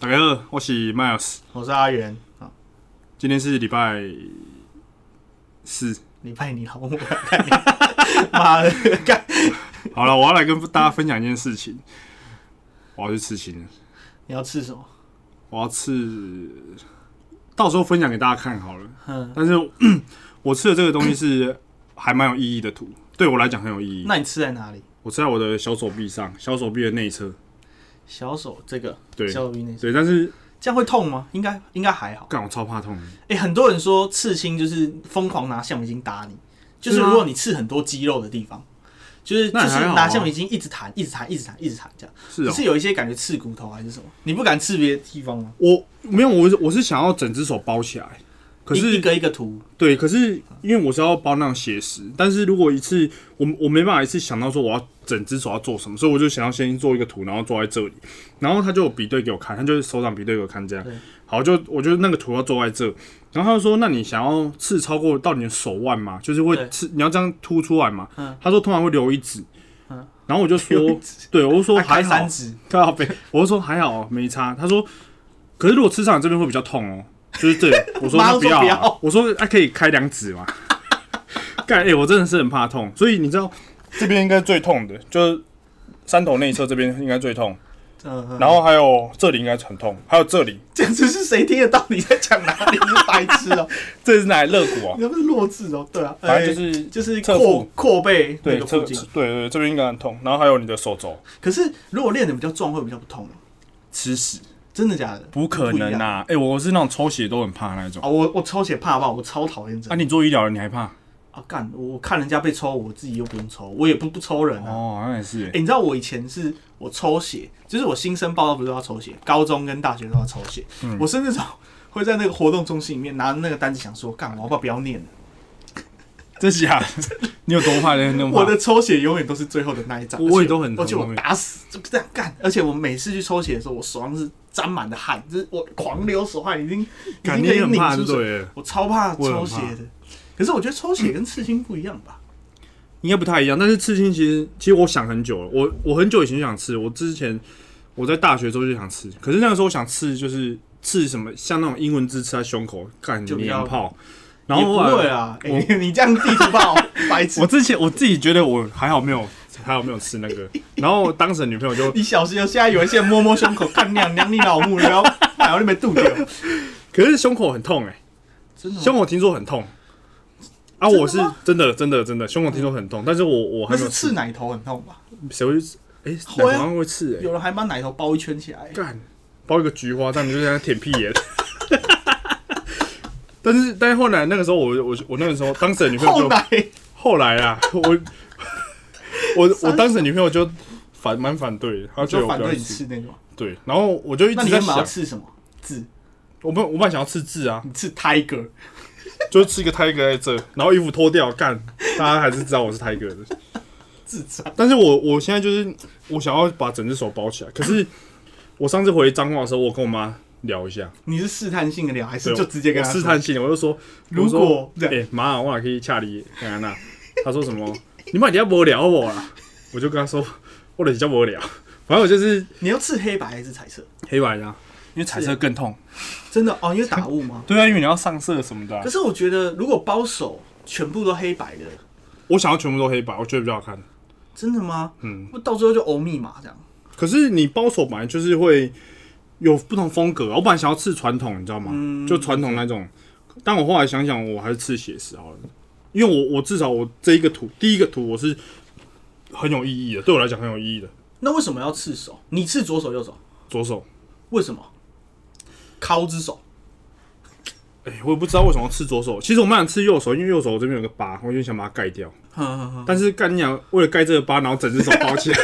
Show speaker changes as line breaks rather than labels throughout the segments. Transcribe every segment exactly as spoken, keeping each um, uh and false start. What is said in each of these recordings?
大家好，我是 Miles，
我是阿元。
今天是礼拜四，
礼拜你老母，妈的，干！
好了，我要来跟大家分享一件事情，我要去刺青了。
你要吃什么？
我要刺，到时候分享给大家看好了。
嗯，
但是我吃的这个东西是还蛮有意义的图，对我来讲很有意义。
那你吃在哪里？
我吃在我的小手臂上，小手臂的内侧。
小手这个，
对，
小手臂内侧。
对，但是
这样会痛吗？应该应该还好。
干，我超怕痛的。
哎、欸，很多人说刺青就是疯狂拿橡皮筋打你，就是如果你刺很多肌肉的地方，就是就是拿橡皮筋一直弹，一直弹，一直弹，一直弹这样。
是哦。
是有一些感觉刺骨头还是什么？你不敢刺别的地方吗？
我没有，我我是想要整只手包起来。可是
一个一个涂，
对，可是因为我是要包那种写实，但是如果一次我我没办法一次想到说我要整只手要做什么，所以我就想要先做一个图，然后做在这里，然后他就有比对给我看，他就手掌比对给我看这样，好，就我觉得那个图要做在这，然后他就说，那你想要刺超过到你的手腕吗？就是会刺，你要这样凸出来嘛？嗯、他说通常会留一指，嗯、然后我就说，对，我就说还好，
三指，
对啊，我就说还好没差，他说，可是如果刺上这边会比较痛哦。就是这里，我说不要、啊，我说啊可以开两指嘛。干，哎、欸，我真的是很怕痛，所以你知道这边应该最痛的，就是三头内侧这边应该最痛，嗯、然后还有这里应该很痛，还有这里。
这样子是谁听得到你在讲哪里？是白痴哦、喔！
这是哪里肋骨啊？
那不是弱智哦？对啊，
反正就是、欸、
就是阔阔背
对
那个附近，
对 对, 對，这边应该很痛，然后还有你的手肘。
可是如果练得比较壮，会比较不痛吗？
吃屎！
真的假的？
不可能啊！哎、欸，我是那种抽血都很怕那种。
啊，我我抽血怕吧，我超讨厌这个。
啊，你做医疗的你还怕？
啊，干！我看人家被抽，我自己又不用抽，我也不不抽人啊。
哦，那也是。哎、
欸，你知道我以前是我抽血，就是我新生报到不是都要抽血，高中跟大学都要抽血。嗯、我是那种会在那个活动中心里面拿着那个单子想说，干，我要不要不要念了？
真假的？你有多怕人？那么
我的抽血永远都是最后的那一张，
我也都很痛，
而且我打死就这样干。而且我每次去抽血的时候，我手上是沾满的汗，就是我狂流手汗，已经已经可以拧出水。我超怕抽血的。可是我觉得抽血跟刺青不一样吧？
应该不太一样。但是刺青其实，其实我想很久了，我我很久以前就想刺。我之前我在大学的时候就想刺，可是那个时候我想刺就是刺什么，像那种英文字刺在胸口，干娘炮。然后后来
也不会啊，欸、你这样地图炮白痴。
我之前我自己觉得我还好没有还好没有吃那个，然后当时的女朋友就
你小心哦，现在有一些人摸摸胸口，看娘娘你老母，然后然后那边肚掉。
可是胸口很痛哎、欸，
真的
胸口听说很痛啊，我是真的真的真的胸口听说很痛，但是我我还没有
那是刺奶头很痛吧？
谁会刺？哎、欸，奶头好像会刺哎、欸，
有人还把奶头包一圈起来、欸，
干包一个菊花，这样你就像舔屁眼。但是，但是后来那个时候我，我我我那个时候当时的女朋友就
后来
后来啊，我我我当时的女朋友就反蛮反对的，她觉得我
反对你刺那种。
对，然后我就一直在想，
要刺什么字？
我本我本来想要刺字啊，
你刺 Tiger，
就是刺一个 Tiger 在这，然后衣服脱掉，干，大家还是知道我是 Tiger 的。
智障。
但是我我现在就是我想要把整只手包起来，可是我上次回彰化的时候，我跟我妈聊一下，
你是试探性的聊，还是就直接跟他
说？试探性的，我就说，
如果
哎妈，我哪可以恰你看看那？他说什么？你妈你要无聊我啦？我就跟他说，我的比较无聊。反正我就是
你要刺黑白还是彩色？
黑白啊，因为彩色更痛。
真的哦，因为打雾吗？
对啊，因为你要上色什么的、啊。
可是我觉得，如果包手全部都黑白的，
我想要全部都黑白，我觉得比较好看。
真的吗？
嗯，
到最后就欧密码这样。
可是你包手本来就是会有不同风格，我本来想要刺传统，你知道吗？嗯、就传统那种，但我后来想想，我还是刺写实好了，因为我我至少我这一个图，第一个图我是很有意义的，对我来讲很有意义的。
那为什么要刺手？你刺左手右手？
左手。
为什么？敲之手。
哎、欸，我也不知道为什么要刺左手。其实我蛮想刺右手，因为右手这边有个疤，我就想把它盖掉。呵呵呵但是干你娘，为了盖这个疤，然后整只手包起来，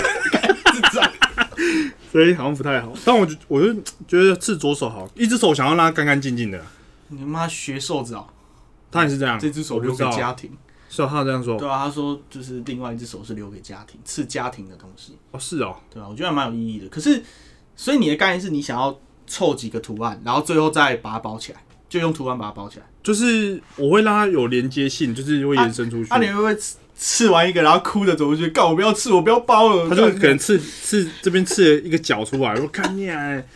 所以好像不太好。但我就我就觉得刺左手好，一只手想要让它干干净净的。
你妈学瘦子哦，
他也是这样，
这只手留给家庭。
是啊，他这样说。
对啊，他说就是另外一只手是留给家庭，刺家庭的东西。
哦，是哦。
对啊，我觉得还蛮有意义的。可是，所以你的概念是你想要凑几个图案，然后最后再把它包起来。就用图案把它包起来，
就是我会让它有连接性，就是会延伸出去。
啊，啊你会不会刺完一个，然后哭着走过去，告我不要刺，我不要包了。
他就可能刺刺这边刺了一个角出来，我看你啊，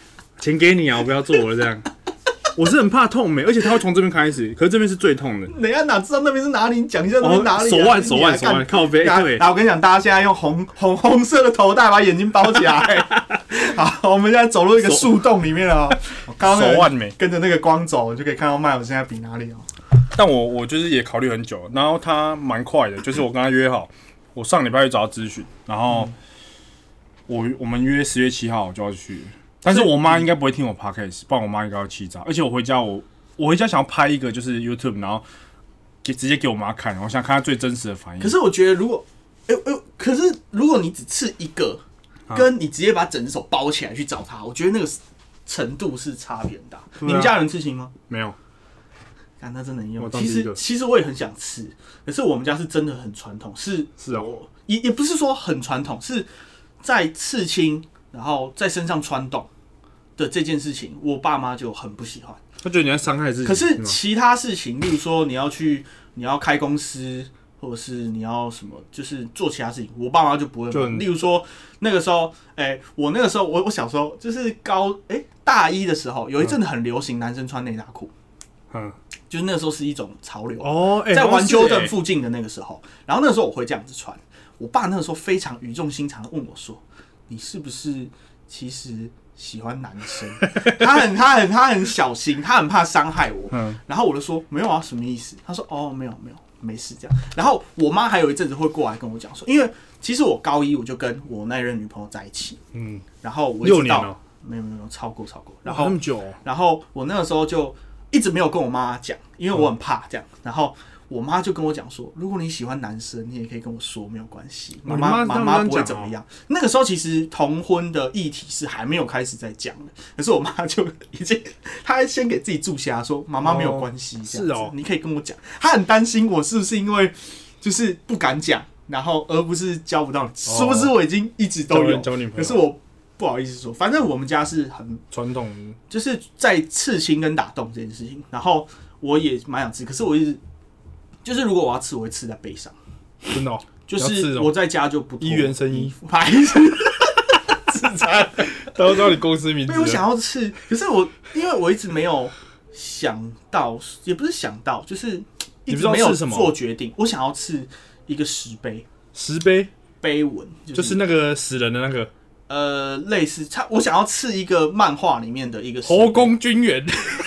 钱给你啊，我不要做了这样。我是很怕痛没，而且它会从这边开始，可是这边是最痛的。
人家哪知道那边是哪里？你讲一下那边哪里、啊
哦？手腕、手腕、手腕，靠背。对。
然后我跟你讲，大家现在用红红红色的头带把眼睛包起来。好，我们现在走入一个树洞里面了、哦。刚刚手腕没跟着那个光走，就可以看到麦友现在比哪里哦。
但我我就是也考虑很久，然后他蛮快的，就是我跟他约好，我上礼拜去找他咨询，然后我我们约十月七号就要去。但是我妈应该不会听我 podcast， 不然我妈应该要气炸。而且我回家我，我我回家想要拍一个就是 YouTube， 然后给直接给我妈看，我想看她最真实的反应。
可是我觉得，如果，哎、欸、哎、欸，可是如果你只刺一个，跟你直接把整只手包起来去找她，我觉得那个程度是差别很大。啊、你们家人刺青吗？
没有。
看那真的很用。其实其实我也很想刺，可是我们家是真的很传统，是
是哦，
也也不是说很传统，是在刺青，然后在身上穿洞。的这件事情，我爸妈就很不喜欢。
他觉得你在伤害自己。
可是其他事情，例如说你要去，你要开公司，或者是你要什么，就是做其他事情，我爸妈就不会管。例如说那个时候，哎、欸，我那个时候，我我小时候就是高哎、欸、大一的时候，有一阵子很流行男生穿内搭裤，嗯，就是那个时候是一种潮流哦，欸、在环球镇附近的那个时候，然后那个时候我会这样子穿。我爸那个时候非常语重心长的问我说：“你是不是其实？”喜欢男生，他很他很他很小心，他很怕伤害我。嗯，然后我就说没有啊，什么意思？他说哦，没有没有，没事这样。然后我妈还有一阵子会过来跟我讲说，因为其实我高一我就跟我那任女朋友在一起，嗯，然后我一直到六年了，没有没有超过超过，然后
那么久、哦，
然后我那个时候就一直没有跟我妈讲，因为我很怕这样，然后。我妈就跟我讲说，如果你喜欢男生，你也可以跟我说，没有关系，妈妈妈妈不会怎么样。那个时候其实同婚的议题是还没有开始在讲的，可是我妈就已经，她还先给自己注下说，妈妈没有关系，这样子、哦、你可以跟我讲。她很担心我是不是因为就是不敢讲，然后而不是交不到，殊不知我已经一直都有，可是我不好意思说，反正我们家是很
传统，
就是在刺青跟打洞这件事情，然后我也蛮想刺，可是我一直。就是如果我要刺，我会刺在背上。
真的、哦，
就是我在家就不脱
一元生衣，
牌子，刺在，
他都知道你公司名字。
因为我想要刺，可是我因为我一直没有想到，也不是想到，就是一直没有做决定。我想要刺一个石碑，
石碑
碑文、就是，就是
那个死人的那个，
呃，类似。我想要刺一个漫画里面的一个
后宫军园。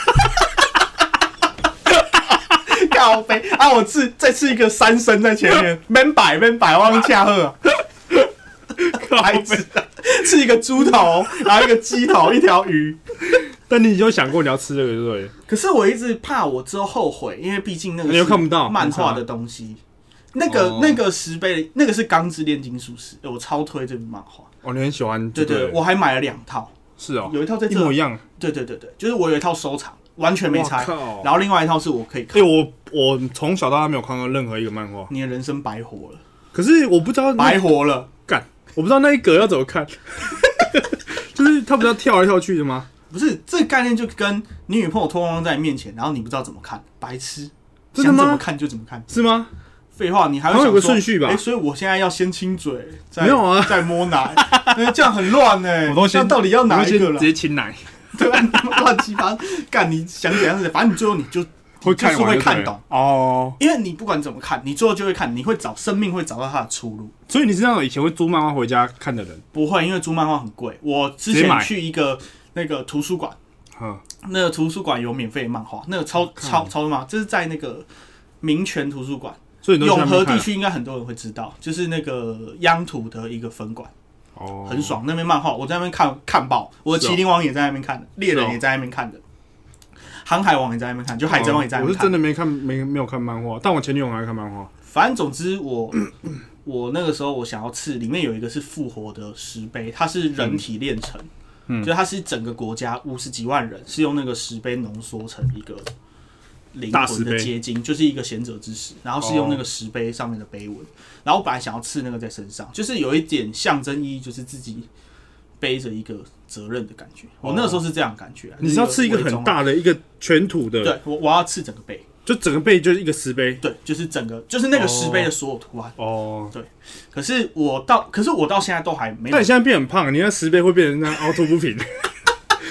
靠背啊！我刺再刺一个三声在前面，免摆免摆，我要恰贺，白痴，刺一个猪头，然后一个鸡头，一条鱼。
但你有想过你要吃这个对不对？
可是我一直怕我之后后悔，因为毕竟那个
你又看不到
漫画的东西。那个、哦、那个石碑，那个是《钢之炼金术师》，我超推这部漫画。
哦，你很喜欢？
对 对, 對，我还买了两套。
是哦，
有一套在这
一模一样。
对对对对，就是我有一套收藏。完全没猜，然后另外一套是我可以看。
哎、欸，我我从小到大没有看过任何一个漫画。
你的人生白活了。
可是我不知道
白活了，
干，我不知道那一格要怎么看。就是他不是要跳来跳去的吗？
不是，这个概念就跟你女朋友脱光光在你面前，然后你不知道怎么看，白痴。
真的吗？
想怎么看就怎么看，
是吗？
废话，你还会想说
有个顺序吧？
哎、欸，所以我现在要先亲嘴，
没有啊，
再摸奶，这样很乱哎、欸。
我都先
到底要哪一个了？
直接亲奶。
对吧？乱七八糟，干你想怎样子，反正你最后你就
会看
就是会看懂
哦。
因为你不管怎么看，你最后就会看，你会找生命会找到它的出路。
所以你是那种以前会租漫画回家看的人？
不会，因为租漫画很贵。我之前去一个那个图书馆，那个图书馆有免费的漫画，那个超超超嘛，这是在那个民权图书馆，
所以
永和地区应该很多人会知道，就是那个央图的一个分馆。
哦，
很爽，那边漫画我在那边看看爆，我的麒麟王也在那边看的，猎人也在那边看的，航海王也在那边看，就海贼王也在那边看。
我是真的没看没没有看漫画，但我前女友还看漫画。
反正总之我我那个时候我想要刺，里面有一个是复活的石碑，它是人体炼成，嗯，就它是整个国家五十几万人是用那个石碑浓缩成一个灵魂的结晶，就是一个贤者之石，然后是用那个石碑上面的碑文。然后我本来想要刺那个在身上，就是有一点象征意义，就是自己背着一个责任的感觉。我那个时候是这样的感觉、啊。
你是要刺一个很大的一个全土的？
对，我我要刺整个背，
就整个背就是一个石碑。
对，就是整个就是那个石碑的所有图案。哦，对。可是我到，可是我到现在都还没有。
但你现在变很胖，你那石碑会变成那凹凸不平。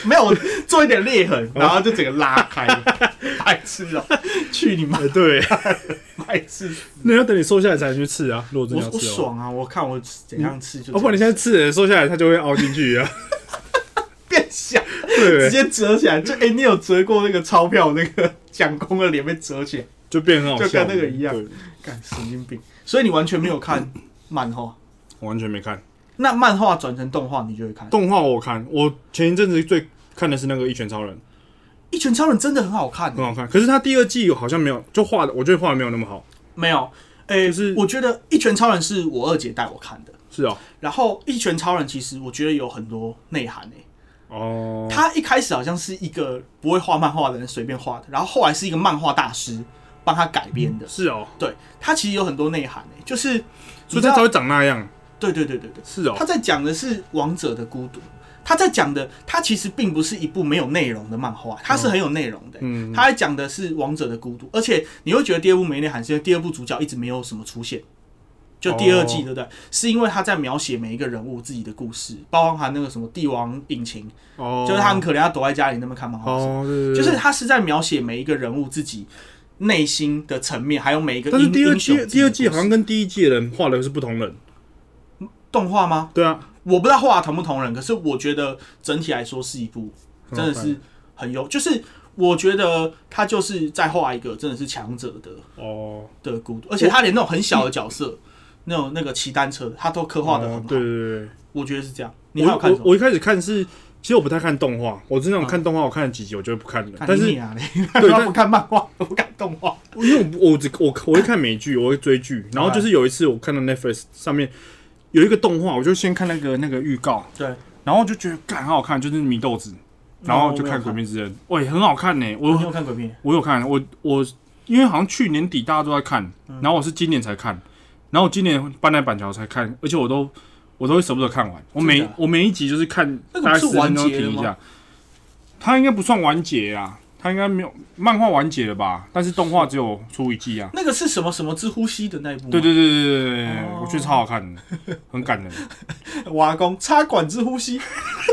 没有做一点裂痕，然后就整个拉开，白痴哦、喔！去你妈！
对，
白痴。
那要等你瘦下来才能去刺啊。如果真的要刺，
我爽啊！我看我怎样刺就。
哦，不然你现在刺人瘦下来，它就会凹进去啊，
变小，直接折起来。就哎、欸，你有折过那个钞票那个蒋公的脸被折起来，
就变很好笑，
就跟那个一样。干神经病！所以你完全没有看漫画，
我完全没看。
那漫画转成动画，你就会看？
动画我看，我前一阵子最看的是那个《一拳超人》。《
一拳超人》真的很好看、欸，
很好看。可是他第二季好像没有，就画的，我觉得画的没有那么好。
没有，哎、欸，就是我觉得《一拳超人》是我二姐带我看的。
是哦。
然后《一拳超人》其实我觉得有很多内涵诶、欸。哦。他一开始好像是一个不会画漫画的人随便画的，然后后来是一个漫画大师帮他改编的。
是哦。
对，他其实有很多内涵诶、欸，就是
所以他才会长那样。
对对对对对，
是哦。
他在讲的是王者的孤独，他在讲的，他其实并不是一部没有内容的漫画，他是很有内容的、欸。嗯，他在讲的是王者的孤独，而且你会觉得第二部没内涵，是因为第二部主角一直没有什么出现，就第二季、哦、对不对？是因为他在描写每一个人物自己的故事，包含那个什么帝王引擎，哦，就是他很可怜，他躲在家里那边看漫画，哦，对对对，就是他是在描写每一个人物自己内心的层面，还有每一个英。
但是第二季第二季好像跟第一季的人画的是不同人。
动画吗？
对啊，
我不知道画同不同人，可是我觉得整体来说是一部真的是很优，就是我觉得他就是在画一个真的是强者的哦的孤独，而且他连那种很小的角色，那种那个骑单车的，他都刻画的很好、哦。对对对，我觉得是这样。你还有看什么？
我我一开始看是，其实我不太看动画，我是那种看动画，我看了几集我就不看了。嗯、但是
你啊，对，他不看漫画，我不看动画，
因为我我只我我会看美剧，我会追剧，然后就是有一次我看到 Netflix 上面。有一个动画，我就先看那个那个预告，
对，
然后就觉得干很好看，就是祢豆子，然后就看《鬼灭之刃》，喂，很好看呢、欸。我
有看《鬼灭》，
我有看，我我因为好像去年底大家都在看，然后我是今年才看，然后我今年搬来板桥才看，而且我都我都会舍不得看完，我每我每一集就是看大概十分钟停一下，它应该不算完结啊。他应该没有漫画完结了吧？但是动画只有出一季啊。
那个是什么什么之呼吸的那一部？
对对对对对对，哦、我觉得超好看的，很感人。
我阿公插管之呼吸，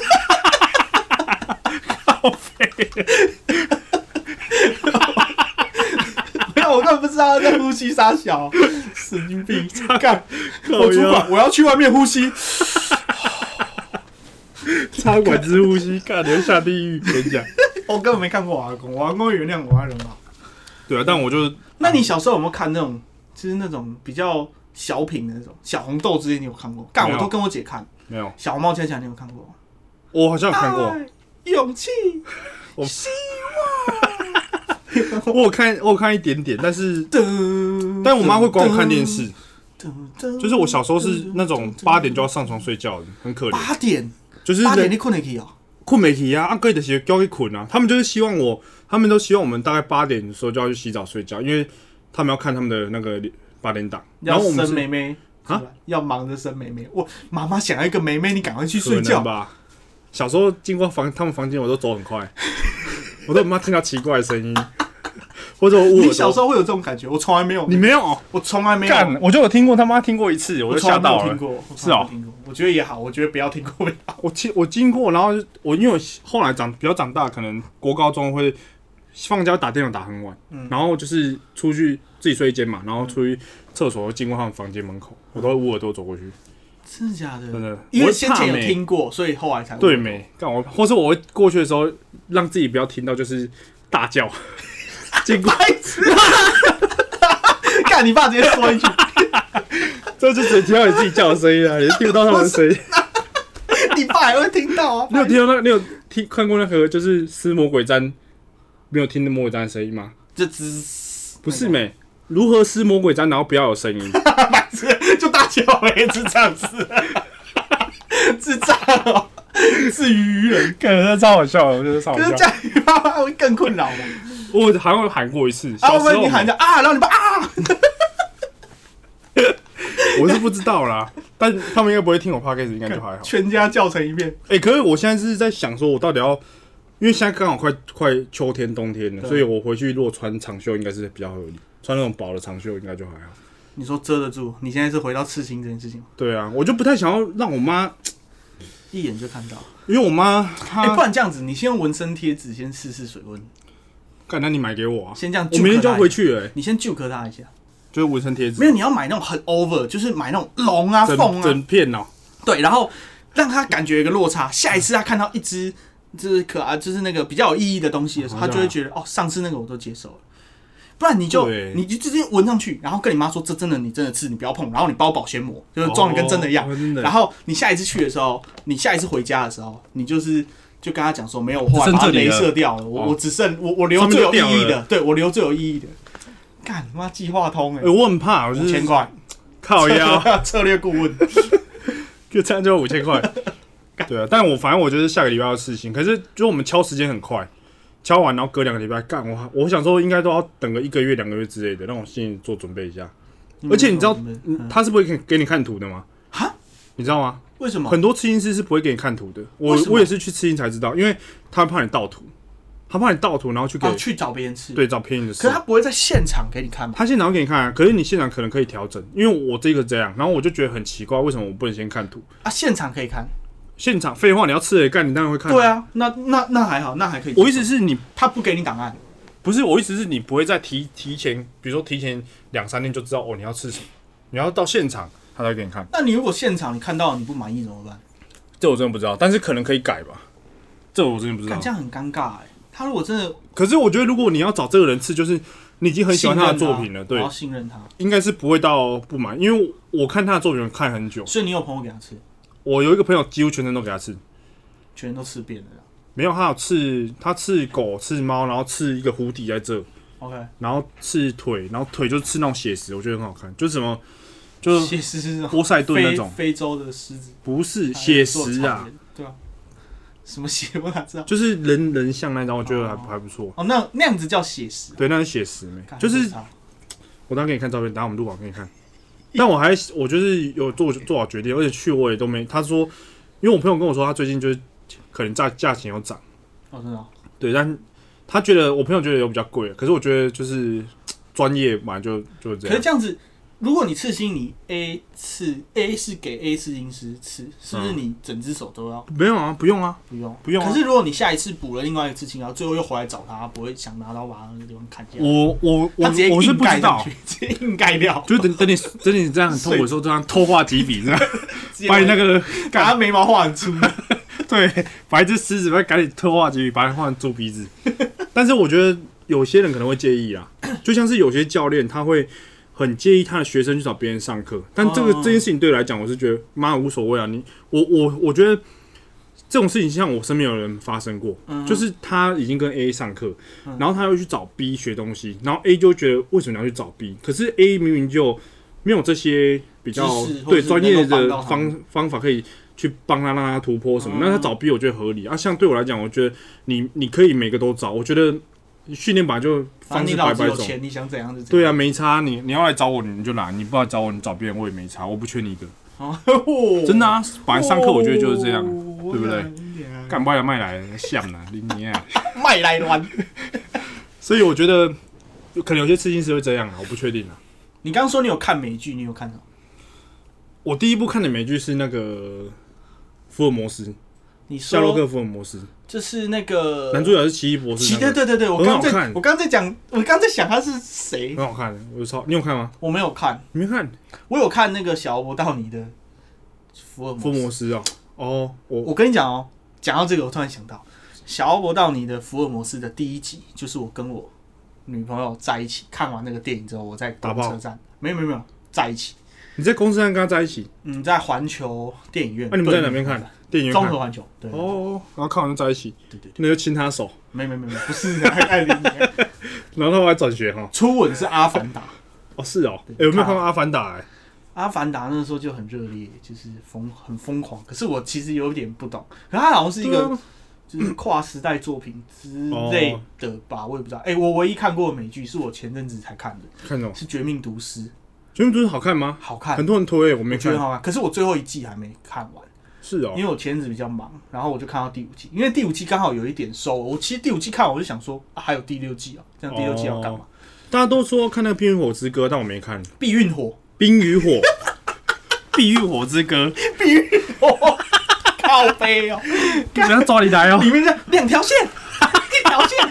靠北。
没有，我根本不知道他在呼吸啥小，神经病！干，我主管，我要去外面呼吸。
插管之呼吸，干，你会下地狱！跟你讲。
我根本没看过我阿公，我阿公原谅我阿人好。
对啊，但我就……
那你小时候有没有看那种，就是那种比较小品的那种小红豆之类？你有看过？干，我都跟我姐看。
没有。
小红帽恰恰你有看过？
我好像有看过。
勇气，希
望。我有看，我有看一点点，但是，但我妈会管我看电视。就是我小时候是那种八点就要上床睡觉的，很可怜。
八点，
就是
八点你困得起哦？
困没起啊，啊，哥就是叫去困啊。他们就是希望我，他们都希望我们大概八点的时候就要去洗澡睡觉，因为他们要看他们的那个八点档。然后我们
生妹妹啊，要忙着生妹妹。我妈妈想要一个妹妹，你赶快去睡觉
吧。小时候经过房他们房间，我都走很快，我都很怕听到奇怪的声音，或者我捂耳朵。
你小时候会有这种感觉？我从来没有。
你没有？
我从来没有。
干，我就有听过，他妈听过一次，我就吓到了。
我听过，
是哦。
我觉得也好，我觉得不要听过也好。
我听我经过，然后我因为我后来长比较长大，可能国高中会放假打电脑打很晚，嗯、然后就是出去自己睡一间嘛，然后出去厕所经过他们房间门口，我都会捂耳朵走过去。
真的假的？
真的，
因为先前有听过，所以后来才
对没干我，或是我会过去的时候，让自己不要听到，就是大叫，经过。
干你爸直接说一句，
这就只能听到你自己叫的声音啊，你听不到他们的声音。
你爸还会听到啊？
你有听到那？你有听看过那个就是撕魔鬼毡？没有听魔鬼毡的声音吗？
就滋，
不是没。如何撕魔鬼毡，然后不要有声音？
就大叫没智障是，智障哦，至于人，
感觉超好笑的，我觉得超好笑。
可是这样你爸妈会更困扰吗？
我好像喊过一次，
啊，我你喊一下啊，然后你爸啊，
我是不知道啦，但他们应该不会听我 podcast， 应该就还好。
全家叫成一片。
哎、欸，可是我现在是在想说，我到底要，因为现在刚好快快秋天冬天了，所以我回去如果穿长袖应该是比较合理，穿那种薄的长袖应该就还好。
你说遮得住？你现在是回到刺青这件事情吗？
对啊，我就不太想要让我妈，
一眼就看到。
因为我妈她、
欸，不然这样子，你先用纹身贴纸先试试水温。
干，那你买给我啊？
先这样，
我明天就要回去了、欸。
你先揪磕他一下，
就是纹身贴纸。
没有，你要买那种很 over， 就是买那种龙啊、凤啊，
整片哦。
对，然后让他感觉有一个落差。下一次他看到一只就是可爱，就是那个比较有意义的东西的时候，他就会觉得哦，上次那个我都接受了。不然你就你就直接纹上去，然后跟你妈说这真的你真的刺，你不要碰，然后你包保鲜膜，就是装的跟真的一样。哦、然后你下一次去的时候，你下一次回家的时候，你就是就跟他讲说没有，我后来把它雷射掉了，我、哦、我只剩我我留最有意义的，对我留最有意义的。干妈计划通哎、欸，
我很怕，我就是
五千块，
靠腰
策略顾问，
就这样就五千块。对啊，但我反正我就是下个礼拜要事情，可是就我们敲时间很快。敲完，然后隔两个礼拜干我，我想说应该都要等个一个月、两个月之类的，让我心里做准备一下。而且你知道，嗯、他是不会给给你看图的吗？
哈，
你知道吗？
为什么？
很多刺青师是不会给你看图的。我我也是去刺青才知道，因为他怕你盗图，他怕你盗图，然后去给、
哦、去找别人刺，
对，找便宜的刺。
可是他不会在现场给你看吗？
他现场会给你看啊，可是你现场可能可以调整，因为我这个这样，然后我就觉得很奇怪，为什么我不能先看图
啊？现场可以看。
现场废话，你要刺的干，你当然会看、啊。
对啊，那那那还好，那还可以。
我意思是你，
他不给你档案，
不是我意思是你不会在提提前，比如说提前两三天就知道哦你要刺什么，你要到现场他才给你看。
那你如果现场你看到你不满意怎么办？
这我真的不知道，但是可能可以改吧。这我真的不知道。
这样很尴尬哎、欸。他如果真的，
可是我觉得如果你要找这个人刺，就是你已经很喜欢他的作品了，对，
然后信任他，
应该是不会到不满，因为我看他的作品看很久。
所以你有朋友给他刺？
我有一个朋友几乎全身都给他刺。
全都吃遍了，
没有，他有刺，他刺狗、刺猫，然后刺一个蝴蝶在这
，OK，
然后刺腿，然后腿就刺那种写实，我觉得很好看，就是什么，就是
写实是
波塞顿那种
非洲的狮子，
不是写实啊，
对啊，什么写我哪知道？
就是人人像那张，我觉得还、哦、还不错。
哦，那那样子叫写实，
对，那是写实没，就是我等下给你看照片，等下我们录好给你看。但我还我就是有做做好决定，而且去我也都没，他说，因为我朋友跟我说他最近就是。可能价价钱有涨，
哦，真的、哦，
对，但他觉得我朋友觉得有比较贵，可是我觉得就是专业嘛，就就是这样。
可是这样子，如果你刺青，你 A 刺 A 是给 A 刺青师刺，是不是你整只手都要？
嗯、没有啊，不用啊，
不用，
不用、啊。
可是如果你下一次补了另外一个刺青，然后最后又回来找他，他不会想拿刀把那个地方砍下来。
我我我
直接
我是不知道，
直接硬盖掉，
就等等你等你这样很痛苦的时候，这样偷画几笔，这样把你那个
把他眉毛画很粗。
对，把一只狮子，把赶紧特画几笔，把它画成猪鼻子。但是我觉得有些人可能会介意啊，就像是有些教练他会很介意他的学生去找别人上课，但这个、哦、这件事情对我来讲，我是觉得妈无所谓啊。你我我我觉得这种事情像我身边有人发生过，嗯、就是他已经跟 A 上课，嗯、然后他又去找 B 学东西，然后 A 就觉得为什么你要去找 B？ 可是 A 明明就没有这些比较对专业的方方法可以。去帮他让他突破什么？那、嗯、他找 B 我觉得合理啊。像对我来讲，我觉得你你可以每个都找。我觉得训练本来就方式百百种。
你想怎样就怎样。
对啊，没差。你你要来找我，你就来；你不来找我，你找别人我也没差。我不缺你一个。哦、真的啊，本来上课我觉得就是这样，哦、对不对？干不要卖来像啊，你你啊，
卖来乱。
所以我觉得可能有些刺青师会这样啊，我不确定啊。
你刚刚说你有看美剧，你有看什么？
我第一部看的美剧是那个。福尔摩斯，
你说
夏洛克福尔摩斯，
就是那个
男主角是奇异博士、那個，
对对对对，我刚在我刚在讲，我刚在想他是谁，
很好看，我超，你有看吗？
我没有看，
你没看？
我有看那个小罗伯道尼的福尔摩斯，
福尔摩斯哦，哦，
我我跟你讲哦，讲到这个，我突然想到小罗伯道尼的福尔摩斯的第一集，就是我跟我女朋友在一起看完那个电影之后，我在公车站，没有没有没有在一起。
你在公司上跟他在一起？
嗯，在环球电影院。
那、啊、你们在哪边看？电影院。
综合环球。对。
哦，然后看完就在一起。
对 对, 對。
那就亲他手。
没没没没，不是还爱你。
然后他还转学哈。
初吻是阿凡达。
哦，是哦。哎、欸，有没有看过阿凡达、欸？哎。
阿凡达那时候就很热烈，就是疯很疯狂。可是我其实有點不懂，可是他好像是一个就是跨时代作品之类的吧，我也不知道。哎、欸，我唯一看过的美剧是我前阵子才看的，
看什么？
是《绝命毒师》。
绝命毒师好看吗？
好看，
很多人推，我没看。
我觉得好看，可是我最后一季还没看完。
是哦，
因为我前阵子比较忙，然后我就看到第五季，因为第五季刚好有一点收。我其实第五季看完我就想说，啊，还有第六季啊，这样第六季要干嘛、哦？
大家都说看那个《冰与火之歌》，但我没看。
避孕火，
冰与火，碧玉火之歌，
碧玉火，靠靠背哦，
怎样抓你来哦？
里面这两条线，一条线，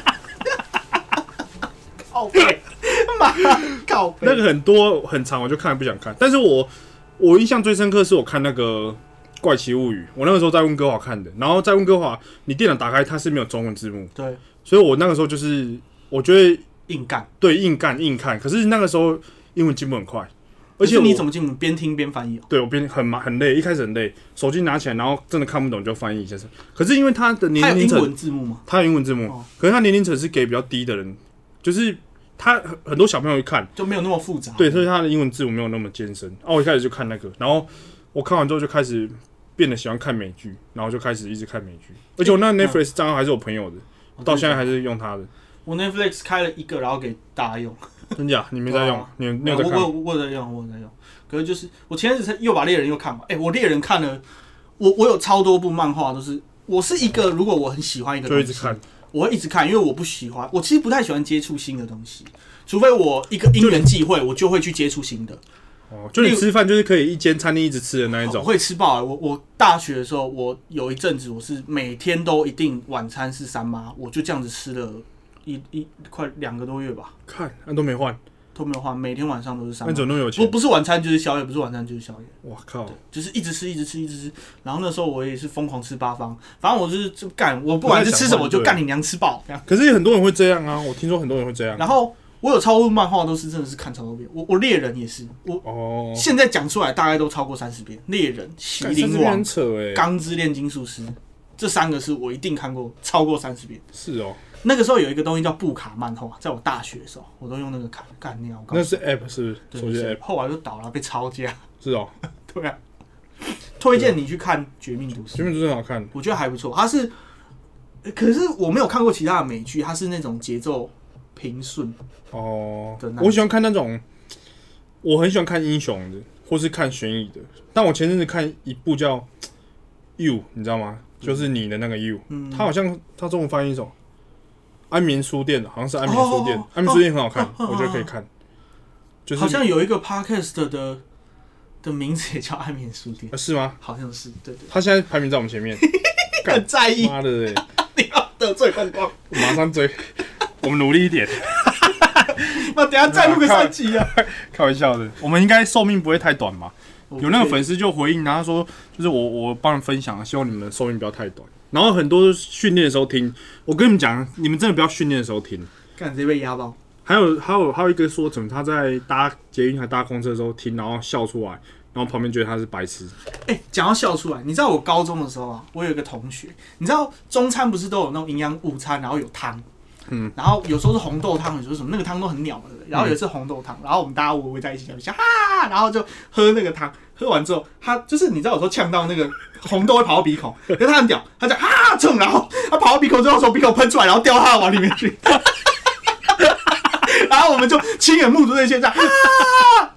靠背，妈靠背。
那个很多很长，我就看不想看。但是我我印象最深刻是我看那个《怪奇物语》，我那个时候在温哥华看的，然后在温哥华，你电脑打开它是没有中文字幕，
对，
所以我那个时候就是我觉得
硬干，
对，硬干硬看。可是那个时候英文进步很快。而且
你怎么进步？边听边翻译、哦？
对，我边很忙很累，一开始很累，手机拿起来，然后真的看不懂就翻译一下。可是因为他的年龄层，
他有英文字幕吗？
他有英文字幕，哦、可是他年龄层是给比较低的人，就是他很多小朋友一看
就没有那么复杂。
对，所以他的英文字母没有那么艰深。哦，我一开始就看那个，然后我看完之后就开始变得喜欢看美剧，然后就开始一直看美剧。而且我那 Netflix 账号还是我朋友的，嗯、到现在还是用他的。
我 Netflix 开了一个，然后给大家用。
真假？你没在用？啊、你你有在看？
我我我在用，我在用。可是就是我前阵子又把猎人又看完，哎、欸，我猎人看了，我我有超多部漫画都是，我是一个如果我很喜欢一个东西，
就一直看，
我会一直看，因为我不喜欢，我其实不太喜欢接触新的东西，除非我一个因缘际会，我就会去接触新的。
哦，就你吃饭就是可以一间餐厅一直吃的那一种。
我会吃爆、欸。我我大学的时候，我有一阵子我是每天都一定晚餐是三妈，我就这样子吃了一一快两个多月吧。
看，那都没换。
都没有换，每天晚上都是三妈。
那怎么那么有钱？
不不是晚餐就是宵夜，不是晚餐就是宵夜。
哇靠！
就是一直吃，一直吃，一直吃。然后那时候我也是疯狂吃八方，反正我就是就干，我不管是吃什么就干你娘吃饱。
可是很多人会这样啊，我听说很多人会这样。
然后我有超多漫画都是真的是看超多遍，我我猎人也是，我哦，现在讲出来大概都超过三十遍。猎人、麒麟王、钢之炼金术师，这三个是我一定看过超过三十遍。
是哦。
那个时候有一个东西叫布卡漫画，在我大学的时候，我都用那个卡干尿。
那是 App 是不是？手机 App。
后来就倒了，被抄家。
是哦。
对啊。推荐你去看《绝命毒师》。
绝命毒师很好看，
我觉得还不错。它是，可是我没有看过其他的美剧，它是那种节奏平顺。
哦。我喜欢看那种，我很喜欢看英雄的，或是看悬疑的。但我前阵子看一部叫《You》，你知道吗？就是你的那个 You，、嗯、它好像它中文翻译一种。安眠书店好像是安眠书店，哦、安眠书店很好看，哦、我觉得可以看。就是
好像有一个 podcast 的的名字也叫安眠书店，
啊、是吗？
好像是，对 对, 對。
他现在排名在我们前面，
很在意。
妈的、欸，
你要得罪光光，
我马上追，我们努力一点。
那等一下再录个三集啊！
开玩笑的，我们应该寿命不会太短嘛？有那个粉丝就回应，然后说，就是我我帮人分享，希望你们的寿命不要太短。然后很多训练的时候听，我跟你们讲，你们真的不要训练的时候听，
干直接被压爆。
还有还有还有一个说，怎么他在搭捷运还搭公车的时候听，然后笑出来，然后旁边觉得他是白痴。
哎、欸，讲到笑出来，你知道我高中的时候啊，我有一个同学，你知道中餐不是都有那种营养午餐，然后有汤，嗯，然后有时候是红豆汤，有时候什么那个汤都很鸟的，然后有一次红豆汤，然后我们大家围在一起笑哈，然后就喝那个汤，喝完之后，他就是你知道有时候呛到那个。红豆会跑到鼻孔，可是他很屌，他讲啊冲，然后他跑到鼻孔之后从鼻孔喷出来，然后掉到他的碗里面去，然后我们就亲眼目睹这些这样，啊，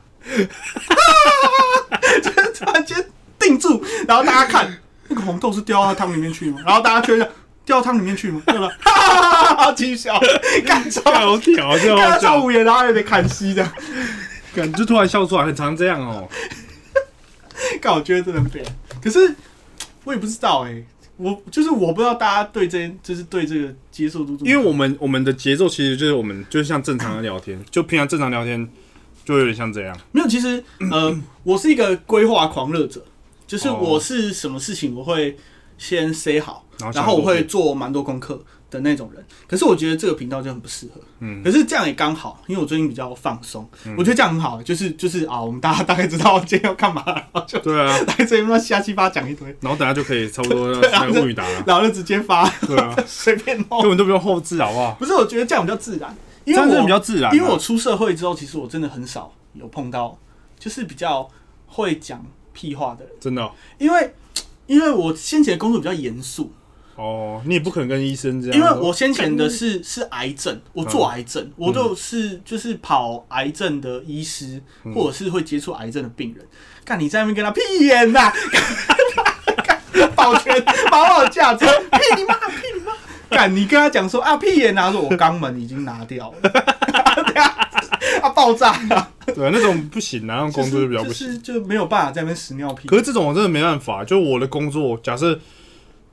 就是突然间定住，然后大家看那个红豆是掉到汤里面去吗？然后大家就这样掉到汤里面去吗？对吧？哈哈，继续笑，干超
好屌，这
好笑，超无言，然后有点看戏的，
感就突然笑出来，很常这样哦。
干，我觉得真的很屌，可是。我也不知道哎、欸，我就是我不知道大家对这就是对这个接受度，
因为我们我们的节奏其实就是我们就是像正常的聊天，就平常正常聊天就有点像这样。
没有，其实呃，我是一个规划狂热者，就是我是什么事情我会先 say 好，然后我会做蛮多功课的那种人。可是我觉得这个频道就很不适合，嗯，可是这样也刚好，因为我最近比较放松，嗯、我觉得这样很好，就是就是啊，我们大家大概知道今天要干嘛，然后就
对啊，
来这边瞎七八讲一堆，
然后等下就可以差不多那个物语打了，
然后就直接发，
对啊，
随便弄，
根本都不用后置，好不好？
不是，我觉得这样比较自然，因为我
比较自然、啊，
因为我出社会之后，其实我真的很少有碰到，就是比较会讲屁话的人，
真的、哦，
因为因为我先前的工作比较严肃。
哦，你也不可能跟医生这样。
因为我先前的是是癌症，我做癌症，嗯、我就是就是跑癌症的医师，嗯、或者是会接触癌症的病人。干你在那边跟他屁眼呐、啊，保全把我的价值，屁你妈，屁你妈！干你跟他讲说啊屁眼呐，说我肛门已经拿掉了，啊爆炸了。
对，那种不行啊，那种工作就比较不行，
就是、就是、就没有办法在那边屎尿屁。
可是这种我真的没办法，就我的工作，假设。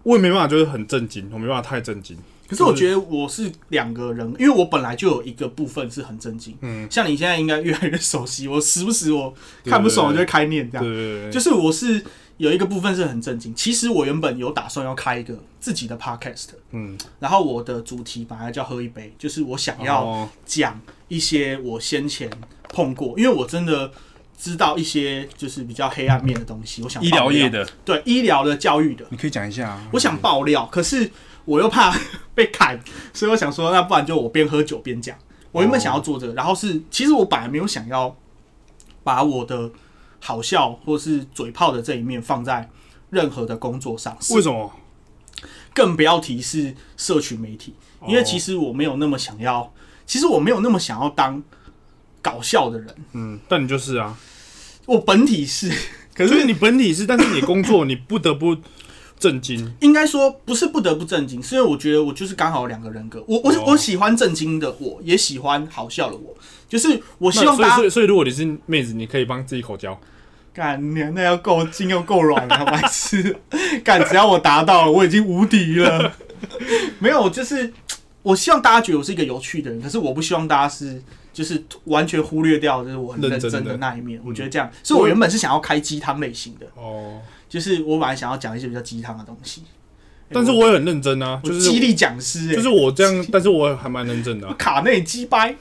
我也没办法，就是很震惊，我没办法太震惊。
可是我觉得我是两个人，因为我本来就有一个部分是很震惊，嗯，像你现在应该越来越熟悉，我时不时我看不爽我就会开念这样，
对对对，
就是我是有一个部分是很震惊。其实我原本有打算要开一个自己的 podcast， 嗯，然后我的主题本来叫喝一杯，就是我想要讲一些我先前碰过，因为我真的知道一些就是比较黑暗面的东西，我想
医疗业的，
对医疗的、教育的，
你可以讲一下啊。
我想爆料，可是我又怕被砍，所以我想说，那不然就我边喝酒边讲。我原本想要做这个，然后是其实我本来没有想要把我的好笑或是嘴炮的这一面放在任何的工作上。
为什么？
更不要提是社群媒体，因为其实我没有那么想要，其实我没有那么想要当搞笑的人。
嗯，但你就是啊。
我本体是，可是
你本体是，但是你工作你不得不震惊。
应该说不是不得不震惊，是因为我觉得我就是刚好有两个人格。我我、哦、我喜欢震惊的我，也喜欢好笑的我。就是我希望大家，
所以所以如果你是妹子，你可以帮自己口交。
干，那要够筋又够软了，白痴！干，只要我达到了，我已经无敌了。没有，就是我希望大家觉得我是一个有趣的人，可是我不希望大家是就是完全忽略掉就是我很认真的那一面。我觉得这样，所以我原本是想要开鸡汤类型的，哦，就是我本来想要讲一些比较鸡汤的东西。
但是我也很认真啊，就是
激励讲师、欸，
就是我这样，但是我还蛮认真的、啊。
卡内鸡掰，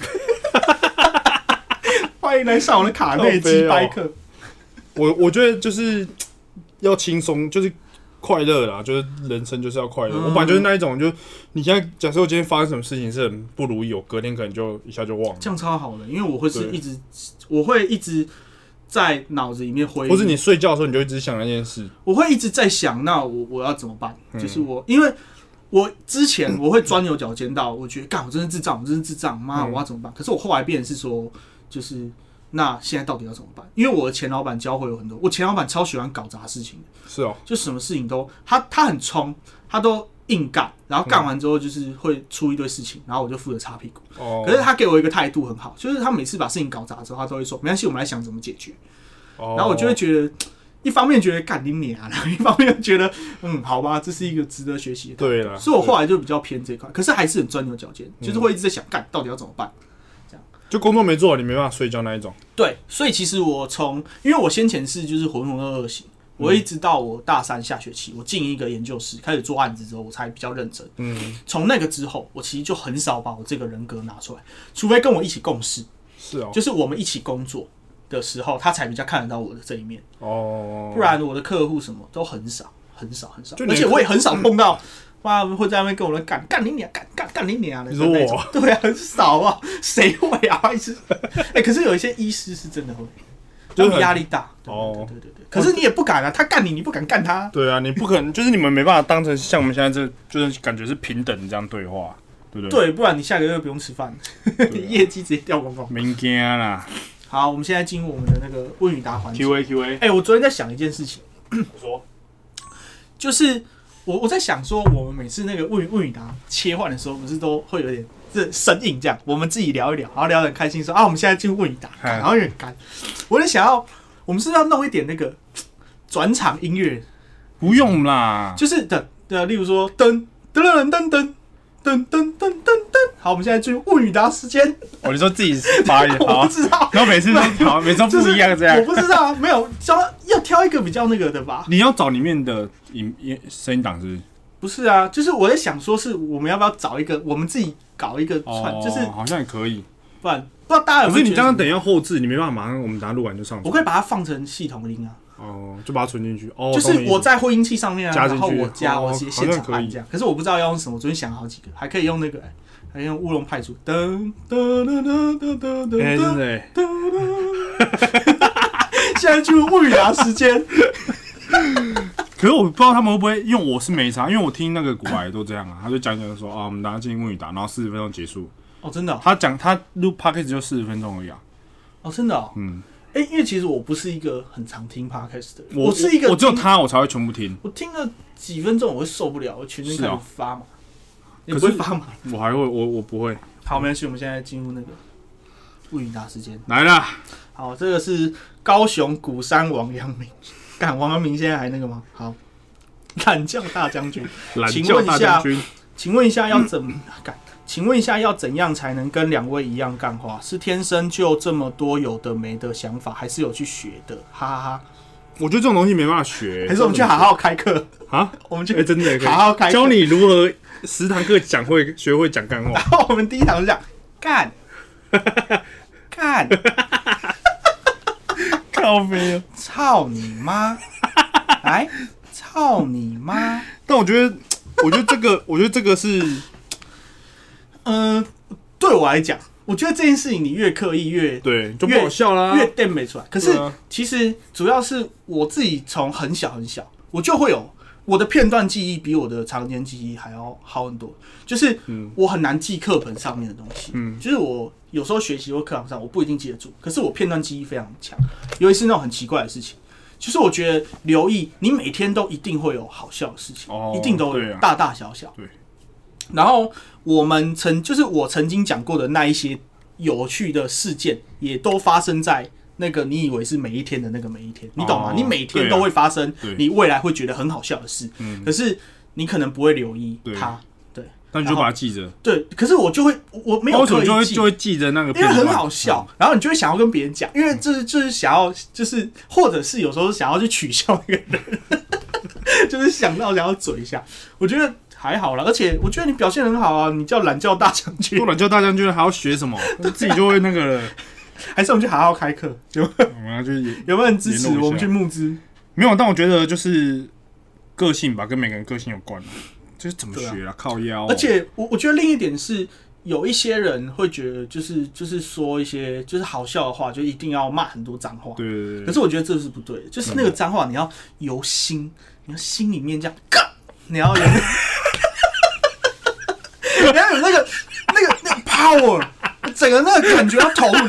欢迎来上我的卡内鸡掰课。
我我觉得就是要轻松，就是快乐啦，就是人生就是要快乐。嗯、我本来就是那一种，就你现在假设我今天发生什么事情是很不如意，我隔天可能就一下就忘了。
这样超好的，因为我会是一直，我会一直在脑子里面回忆，
或是你睡觉的时候你就一直想那件事。
我会一直在想，那我我要怎么办？嗯、就是我，因为我之前我会钻牛角尖到，我觉得干我真是智障，我真是智障，妈、嗯，我要怎么办？可是我后来变成是说，就是。那现在到底要怎么办？因为我的前老板教会有很多，我前老板超喜欢搞砸事情的，
是哦，
就什么事情都他他很冲，他都硬干，然后干完之后就是会出一堆事情，然后我就负责擦屁股。哦，可是他给我一个态度很好，就是他每次把事情搞砸之后，他都会说没关系，我们来想怎么解决。哦，然后我就会觉得，一方面觉得干你娘，然后一方面又觉得嗯，好吧，这是一个值得学习的。
对了，
所以我后来就比较偏这一块，可是还是很钻牛角尖，就是会一直在想干到底要怎么办。
就工作没做好，你没办法睡觉那一种。
对，所以其实我从，因为我先前是就是浑浑噩噩型，我一直到我大三下学期，我进一个研究室开始做案子之后，我才比较认真。嗯，从那个之后，我其实就很少把我这个人格拿出来，除非跟我一起共事。
是哦，
就是我们一起工作的时候，他才比较看得到我的这一面。哦，不然我的客户什么都很少，很少，很少，而且我也很少碰到。妈会在那边跟我们干干你娘干干干你娘的那种，对啊，很少啊，谁会啊？一直哎、欸，可是有一些医师是真的会，就是压力大。哦，对对对。可是你也不敢啊，他干你，你不敢干他。
对啊，你不可能，就是你们没办法当成像我们现在这，就是感觉是平等这样对话，对不对？
对，不然你下个月不用吃饭，业绩直接掉光光。
明天啦。
好，我们现在进入我们的那个问与答环节。
Q A Q A。
哎、欸，我昨天在想一件事情，
我说，
就是。我我在想说，我们每次那个问问与答切换的时候，不是都会有点这生硬这样？我们自己聊一聊，然后聊得很开心说，说啊，我们现在进入问与答，然后有点干。我就想要，我们是不是要弄一点那个转场音乐？
不用啦，
就是的的，例如说噔噔噔噔噔噔噔噔噔噔。好，我们现在进入问与答时间。
哦，你说自己发言，
我不知道，
然后每次都好，每次都不一样这样。
我不知道，没有，要挑一个比较那个的吧？
你要找里面的音声音档是不是？
不是啊，就是我在想说，是我们要不要找一个，我们自己搞一个串，
哦、
就是
好像也可以。
不然不知道大家有没有？
可是你这样等一下后置，你没办法马上我们等下录完就上。
我可以把它放成系统音啊。
哦，就把它存进去。哦，
就是我在混音器上面啊，然后我加
我
写现场按这样。可是我不知道要用什么，我昨天想了好几个，还可以用那个、欸。还用乌龙派出，噔噔噔噔噔噔噔，
哎，真的，
现在进入问与答时间。
可是我不知道他们会不会用，我是没差，因为我听那个古白都这样啊，他就讲讲说啊，我们等下进行问与答，然后四十分钟结束。
哦，真的、哦？
他讲他录 podcast 就四十分钟而已啊。
哦，真的、哦？嗯。哎、欸，因为其实我不是一个很常听 podcast 的人，
我
是一个，
我只有他我才会全部听。
我听了几分钟我会受不了，我全身开始发麻。你不会发麻？
我还会，我我不会。
好，没关系，我们现在进入那个问与答时间
来了。
好，这个是高雄鼓山王阳明，干王阳明现在还那个吗？好， 懒觉大将军，
懒觉大将军，
请问一下要怎么干？请问一下要怎样才能跟两位一样干话？是天生就这么多有的没的想法，还是有去学的？哈哈哈！
我觉得这种东西没办法学，
还是我们去好好开课啊？我们去、
欸、真的
好好开课，
教你如何十堂课讲会学会讲干话。
然后我们第一堂就讲干干，
靠飞啊！
操你妈！来，操你妈！
但我觉得，我觉得这个，我觉得这个是。
嗯、呃，对我来讲，我觉得这件事情你越刻意越
对，就不好笑啦，
越垫没出来。可是、啊、其实主要是我自己从很小很小，我就会有我的片段记忆比我的长间记忆还要好很多。就是我很难记课本上面的东西，嗯，就是我有时候学习或课堂上我不一定记得住，可是我片段记忆非常强，尤其是那种很奇怪的事情。就是我觉得留意，你每天都一定会有好笑的事情，哦、一定都有、啊、大大小小。对。然后我们曾就是我曾经讲过的那一些有趣的事件，也都发生在那个你以为是每一天的那个每一天，你懂吗？哦、你每天都会发生，你未来会觉得很好笑的事，嗯、可是你可能不会留意它，对，
但你就把它记着。
对，可是我就会我没有刻意记，
就会就会记着那个片段，
因为很好笑，嗯、然后你就会想要跟别人讲，因为这、就是、就是想要就是或者是有时候想要去取笑那个人，就是想到想要嘴一下，我觉得。还好啦，而且我觉得你表现很好啊！你叫懒觉大将军，
做懒觉大将军还要学什么？自己就会那个了。
还是我们去好好开课？有没有？我们要去有没有人支持我们去募资？
没有，但我觉得就是个性吧，跟每个人个性有关。就是怎么学啦，啊、靠腰、喔。
而且我我觉得另一点是，有一些人会觉得，就是就是说一些就是好笑的话，就一定要骂很多脏话。
对对对。
可是我觉得这是不对的，就是那个脏话你要由心，你要心里面这样，你要有。你要有那个、那个、那个 power， 整个那个感觉要投入的，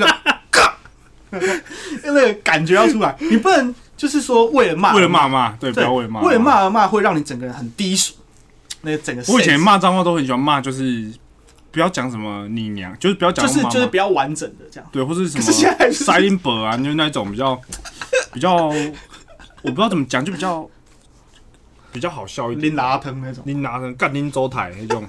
那个感觉要出来。你不能就是说为了骂，
为了骂骂，对，不要为了骂，
为了骂而骂，会让你整个人很低俗。那个整个，
我以前骂脏话都很喜欢骂，就是不要讲什么你娘，就是不要讲，
就是就是比较完整的这样，
对，或是什么 silent bird 啊，就是那种比较比较，我不知道怎么讲，就比较比较好笑一点，
拎拉藤那种，
拎拉藤干拎周台那种。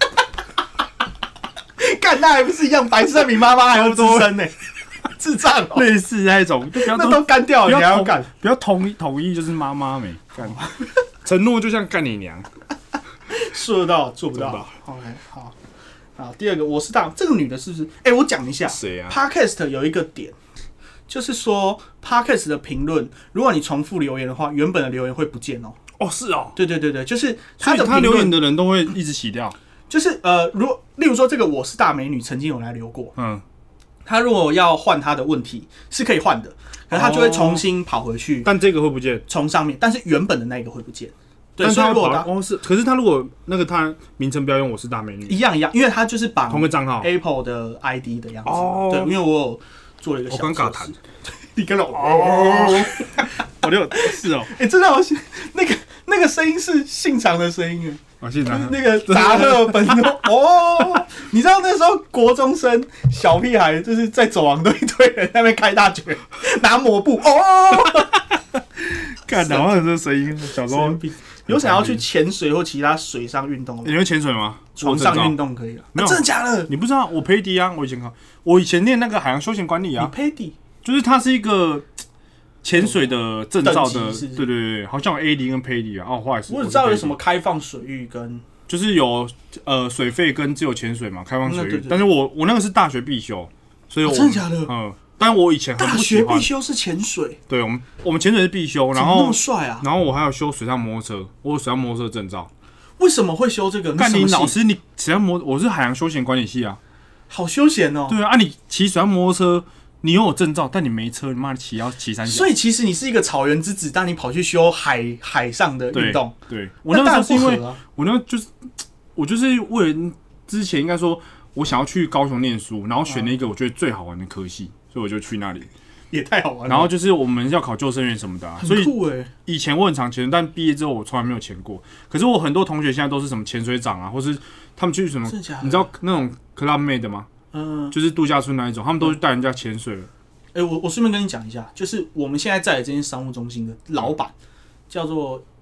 干那还不是一样白痴，比妈妈还要资深呢，智障、喔。
类似那一种，就不要
那都干掉了，你还要干？
不要统一统一就是妈妈没干，承诺就像干你娘，
说得到做不到。OK， 好，好，第二个我是大，这个女的是不是？哎、欸，我讲一下，
谁啊
？Podcast 有一个点，就是说 Podcast 的评论，如果你重复留言的话，原本的留言会不见哦、
喔。哦，是哦，
对对对对，就是他的
他留言的人都会一直洗掉。
就是呃，如例如说这个我是大美女曾经有来留过，嗯，他如果要换他的问题是可以换的，可是他就会重新跑回去，
哦、但这个会不见，
从上面，但是原本的那个会不见，对，
但
所以如果他
哦是，可是他如果那个他名称不要用我是大美女，
一样一样，因为他就是绑
同个账号
Apple 的 I D 的样子，哦、对，因为我有做了一个小测试，你跟了哦，
我就是哦，
哎、欸，真的好那个那个声音是信长的声音哎。
啊，就是
那个杂贺本哦，你知道那时候国中生小屁孩就是在走廊都一堆人在那边开大绝，拿抹布哦，
看哪有这声音？小时候
有想要去潜水或其他水上运动吗？
你会潜水吗？
床上运动可以了，没有、啊、真的假的？
你不知道我P D啊，我以前考，我以前念那个海洋休闲管理啊，
你P D
就是它是一个。潜水的证照的，是是对对对，好像有 A 零跟 P D 啊，哦，后来是。
我只知道有什么开放水域跟，
就是有呃水费跟自由潜水嘛，开放水域。
嗯、对对对，
但是我我那个是大学必修，所以我、
哦、真的假的？
嗯，但我以前很不喜欢
大学必修是潜水。
对，我们我们潜水是必修，然后
那么帅啊！
然后我还有修水上摩托车，我有水上摩托车证照。
为什么会修这个？
干你老师，你水上摩我是海洋休闲管理系啊，
好休闲哦。
对啊，啊你骑水上摩托车。你有证照，但你没车，你妈骑要骑三小。
所以其实你是一个草原之子，但你跑去修海海上的运动。
对，对我那个时候是因为，啊、我那个就是我就是为了之前应该说，我想要去高雄念书，然后选了一个我觉得最好玩的科系，所以我就去那里。
也太好玩了。
然后就是我们要考救生员什么的、啊，
很酷欸、
所以以前我很常潜，但毕业之后我从来没有潜过。可是我很多同学现在都是什么潜水长啊，或是他们去什么，你知道那种 Club Med 吗？嗯，就是度假村那一种，他们都是带人家潜水了。
哎、欸，我我顺便跟你讲一下，就是我们现在在的这间商务中心的老板叫做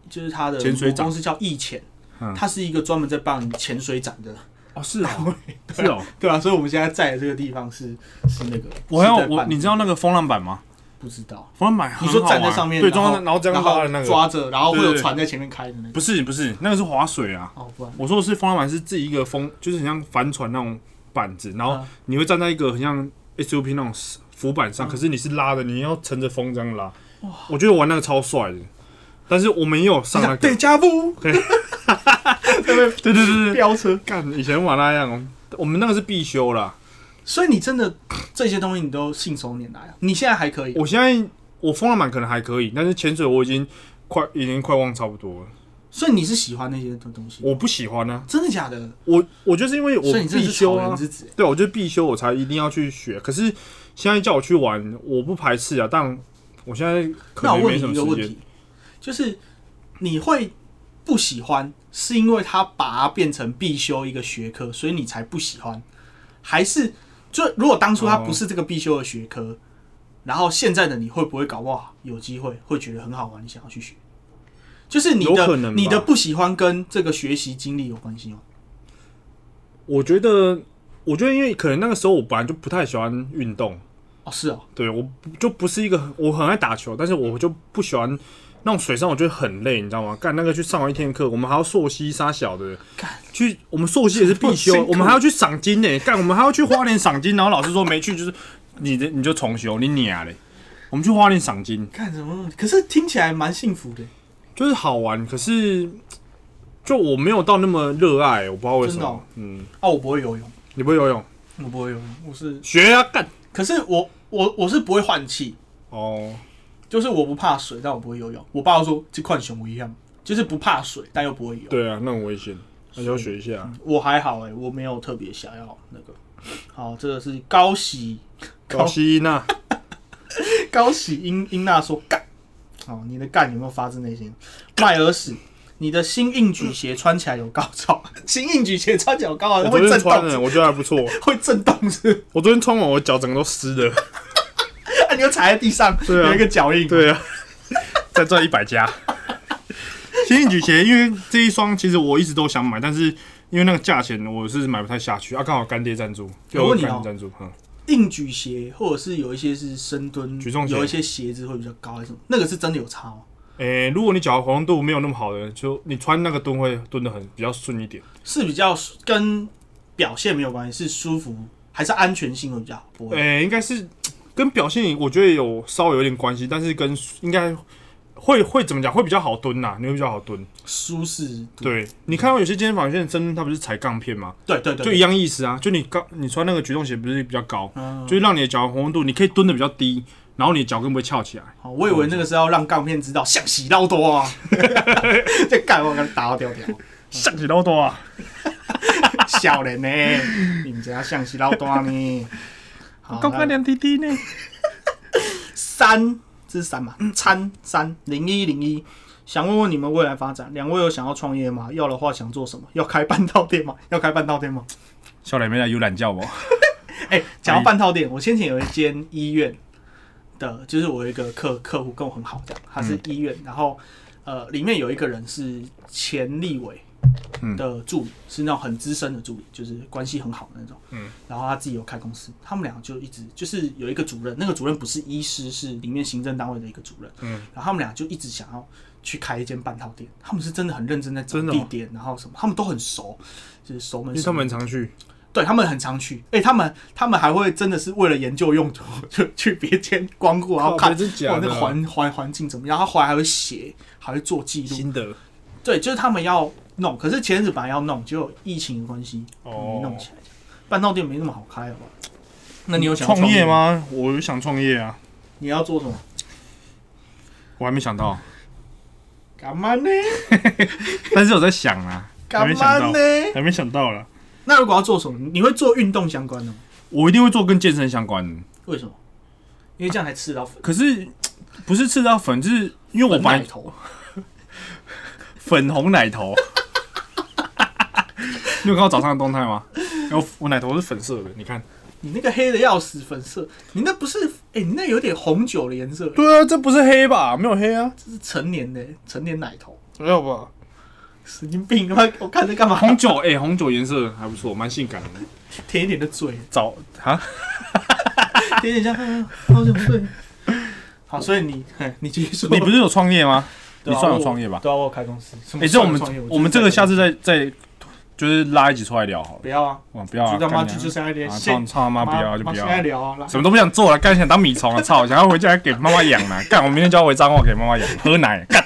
就是他的
潜水长
公司叫易潜，
嗯，
它是一个专门在办潜水展的。
哦，是哦，是哦，
对啊，所以我们现在在的这个地方是是那个。
我还有我，你知道那个风浪板吗？
不知道。
风浪板
你说站在上面，
对，然后然后这样拉的那个
抓着，然后会有船在前面开的那个。
不是不是，那个是划水啊。
哦，不然。
我说的是风浪板是自己一个风，就是很像帆船那种板子，然后你会站在一个很像 S U P 那种浮板上，嗯、可是你是拉的，你要乘着风这样拉。哇，我觉得玩那个超帅的。但是我们也有上那个
对加布，
对，对对对对，
飙车
干，以前玩那样哦。我们那个是必修啦，
所以你真的这些东西你都信手拈来啊？你现在还可以？
我现在我风浪板可能还可以，但是潜水我已经快已经快忘差不多了。
所以你是喜欢那些东西？
我不喜欢啊，
真的假的？
我我就是因为我必修啊，对，我就必修，我才一定要去学。可是现在叫我去玩，我不排斥啊，但我现在可能没什么时间。
就是你会不喜欢，是因为他把它变成必修一个学科，所以你才不喜欢，还是就如果当初它不是这个必修的学科，哦、然后现在的你会不会搞不好有机会会觉得很好玩，你想要去学？就是你的你的不喜欢跟这个学习经历有关系吗？
我觉得，我觉得因为可能那个时候我本来就不太喜欢运动
哦，是哦，
对我就不是一个我很爱打球，但是我就不喜欢。那种水上我觉得很累，你知道吗？干那个去上完一天课，我们还要溯溪杀小的，去我们溯溪也是必修，我们还要去赏金呢。干我们还要去花莲赏金，然后老师说没去，就是你的你就重修，你娘嘞！我们去花莲赏金，
干什么？可是听起来蛮幸福的，
就是好玩。可是就我没有到那么热爱，我不知道为什么。哦、嗯，
啊，我不会游泳，
你不会游泳？
我不会游泳，我是
学啊干。
可是我我我是不会换气
哦。
就是我不怕水，但我不会游泳。我爸说这款熊我一样，就是不怕水，但又不会游。
对啊，那很危险，那就要学一下。
嗯、我还好哎、欸，我没有特别想要那个。好，这个是高喜
高喜英娜，
高喜英英娜说干。好，你的干有没有发自内心？迈尔史，你的新硬举鞋穿起来有高潮，新硬举鞋穿起来有高潮，会震动。
我觉得还不错，
会震动是不是？
我昨天穿完，我脚整个都湿了。
啊！你又踩在地上，啊、有一个脚印。
对啊，再赚一百加。新硬举鞋，因为这一双其实我一直都想买，但是因为那个价钱我是买不太下去啊。刚好干爹赞助，
我问你哦，
赞助，嗯，
硬举鞋或者是有一些是深蹲
举重鞋，
有一些鞋子会比较高还是什么？那个是真的有差吗？
诶、欸，如果你脚的活动度没有那么好的，就你穿那个蹲会蹲得很比较顺一点，
是比较跟表现没有关系，是舒服还是安全性会比较好？不会，
诶、欸，应该是。跟表现我觉得有稍微有点关系，但是跟应该会会怎么讲会比较好蹲呐、啊，你会比较好蹲，
舒适。
对，你看到有些健身房有些人深蹲，它不是踩杠片吗？
对对对，
就一样意思啊。就你高，你穿那个举重鞋不是比较高，嗯、就是让你的脚的活动度，你可以蹲的比较低，然后你的脚跟不会翘起来。
好，我以为那个是要让杠片知道向洗老多啊，这干我给打到掉掉，
向洗老多啊，
少年呢，你们知道向洗老多呢？
高高亮滴滴呢？
三，这是三嘛？参三零一零一，想问问你们未来发展，两位有想要创业吗？要的话想做什么？要开半套店吗？要开半套店吗？
少年没来有懒觉不？
哎，讲到半套店，我先前有一间医院的，就是我有一个客客户跟我很好，这样他是医院，嗯、然后呃里面有一个人是前立委。的助理是那种很资深的助理，就是关系很好的那种。嗯，然后他自己有开公司，他们俩就一直就是有一个主任，那个主任不是医师，是里面行政单位的一个主任。嗯，然后他们俩就一直想要去开一间半套店，他们是真的很认真在找地点，哦、然后什么，他们都很熟，就是熟门熟路。因为
他们很常去。
对他们很常去，哎、欸，他们他们还会真的是为了研究用途，就去别间光顾，然后看哇那环环环境怎么样，他回来还会写，还会做记录
心得。
对，就是他们要弄，可是前阵子本来要弄，结果疫情的关系没弄起来。半套店没那么好开，好不好？那你有想
创业吗？我有想创业啊。
你要做什么？
我还没想到。
干嘛呢？
但是我在想啊，
干嘛呢？
还没想到啦。
那如果要做什么？你会做运动相关的吗？
我一定会做跟健身相关的。
为什么？因为这样才吃到粉。
可是不是吃到粉，就是因为我本来粉红奶头，你有看到早上的动态吗？然后我奶头是粉色的，你看。
你那个黑的要死，粉色，你那不是？哎、欸，你那有点红酒的颜色。
对啊，这不是黑吧？没有黑啊，
这是成年的成年奶头。
没有吧？
神经病！他妈，我看在干嘛？
红酒，哎、欸，红酒颜色还不错，蛮性感的。
甜一点的嘴，
早啊，
甜一点像，好想睡。好，所以你，你继续说。
你不是有创业吗？
对啊、
你算有创业吧？
对啊，我有开公司。
哎、欸，这我们我们这个下次再再就是拉一起出来聊好了。
不要啊！
哇，不要啊！
就他妈就就是要聊，
操操他妈不要就不要。
现在聊啊！
什么都不想做了，干想当米虫啊！操，想要回家给妈妈养呢。干，我明天就要回彰化给妈妈养，喝奶干。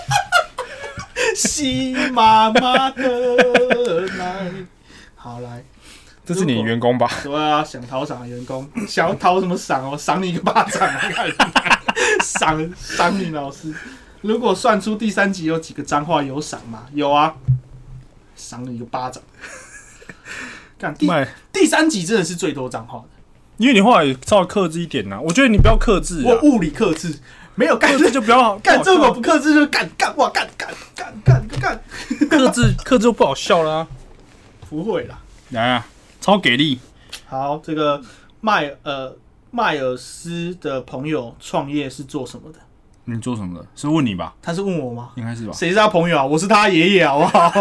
吸妈妈的奶。好来，
这是你员工吧？
对啊，想讨赏的员工，想要讨什么赏？我赏你一个巴掌啊！赏赏你老师。如果算出第三集有几个脏话有赏吗？有啊，赏你一个巴掌。干第第三集真的是最多脏话的，
因为你后来稍微克制一点呐、啊。我觉得你不要克制、啊，
我物理克制。没有干，
这就不要
干。这我不克制就干干哇干干干干干，
克制克制就不好笑啦、啊。
不会啦，
来啊，超给力。
好，这个迈呃迈尔斯的朋友创业是做什么的？
你做什么的？是问你吧？
他是问我吗？
应该是吧。
谁是他朋友啊？我是他爷爷，好不好？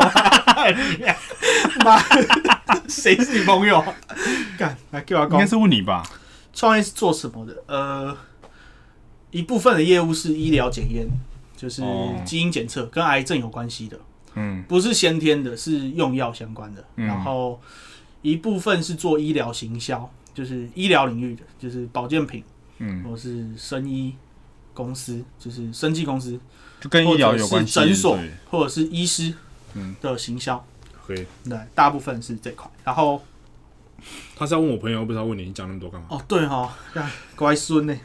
妈，谁是你朋友？干，来给我讲。
应该是问你吧？
创业是做什么的？呃。一部分的业务是医疗检验，就是基因检测，跟癌症有关系的，嗯，不是先天的，是用药相关的。嗯、然后一部分是做医疗行销，就是医疗领域的，就是保健品，嗯，或是生医公司，就是生技公司，
就跟医疗有关系，
诊所或者是医师的行销，对、嗯，对，大部分是这块。然后
他是要问我朋友，不知道问你，你讲那么多干嘛？
哦，对哈、哦，乖孙呢。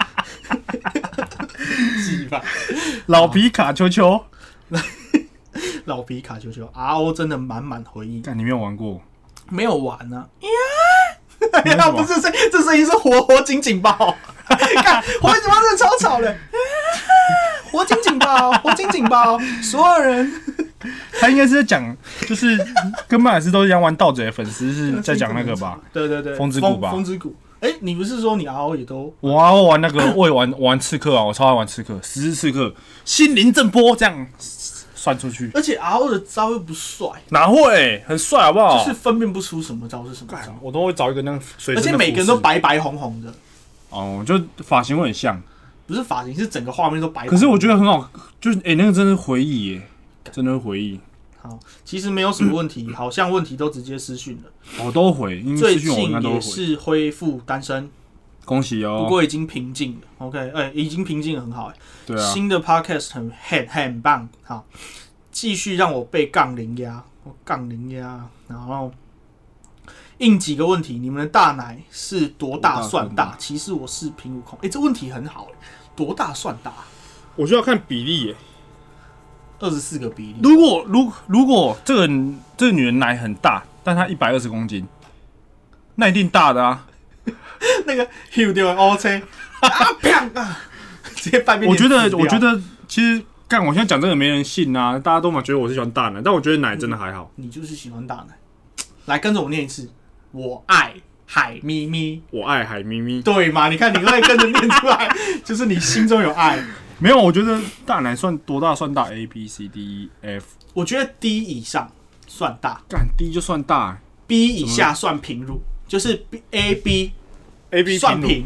老皮卡丘丘，
老皮卡丘丘 ，R O 真的满满回忆。
但你没有玩过？
没有玩呢、啊。呀，不是声，这声音是活活警警报。看，活警警报真的超吵的。活警警报，活警警报，所有人。
他应该是在讲，就是跟麦尔斯都一样玩盗贼的粉丝是在讲那个吧？
对对对，
风之谷吧？
风之谷。哎、欸，你不是说你 R O 也都？
我 R O 玩那个，我也玩玩刺客啊，我超爱玩刺客，十字刺客，心灵震波这样算出去。
而且 R O 的招又不帅，
哪会很帅好不好？
就是分辨不出什么招是什么招，
我都会找一个那样随身的。
而且每个人都白白红红的。
哦，就发型会很像，
不是发型，是整个画面都白白。
可是我觉得很好，就是哎、欸，那个真的是回忆耶，真的是回忆。
好，其实没有什么问题，好像问题都直接私讯了。
我、哦、都回，因为私讯我应该都会回。
最近也是恢复单身，
恭喜哦！
不过已经平静了 ，OK， 哎、欸，已经平静了，很好哎。
对啊。
新的 podcast 很很很棒，好，继续让我被杠铃压，我杠铃压，然后应几个问题，你们的大奶是多大算大？大其实我视频悟空，哎、欸，这问题很好，多大算大？
我就要看比例耶。
二十四个比例。
如果如如果这个这个女人奶很大，但她一百二十公斤，那一定大的啊。
那个 Hugh 掉 O C 啊啪啊，直接半边。
我觉得，我觉得其实干，我现在讲这个没人信啊，大家都嘛觉得我是喜欢大奶，但我觉得奶真的还好。
你, 你就是喜欢大奶。来跟着我念一次，我爱海咪咪，
我爱海咪咪，
对嘛？你看你会跟着念出来，就是你心中有爱。
没有，我觉得大奶算多大算大 ？A B C D E F，
我觉得 D 以上算大，
干 D 就算大
，B 以下算平乳，就是 A B
A B
算平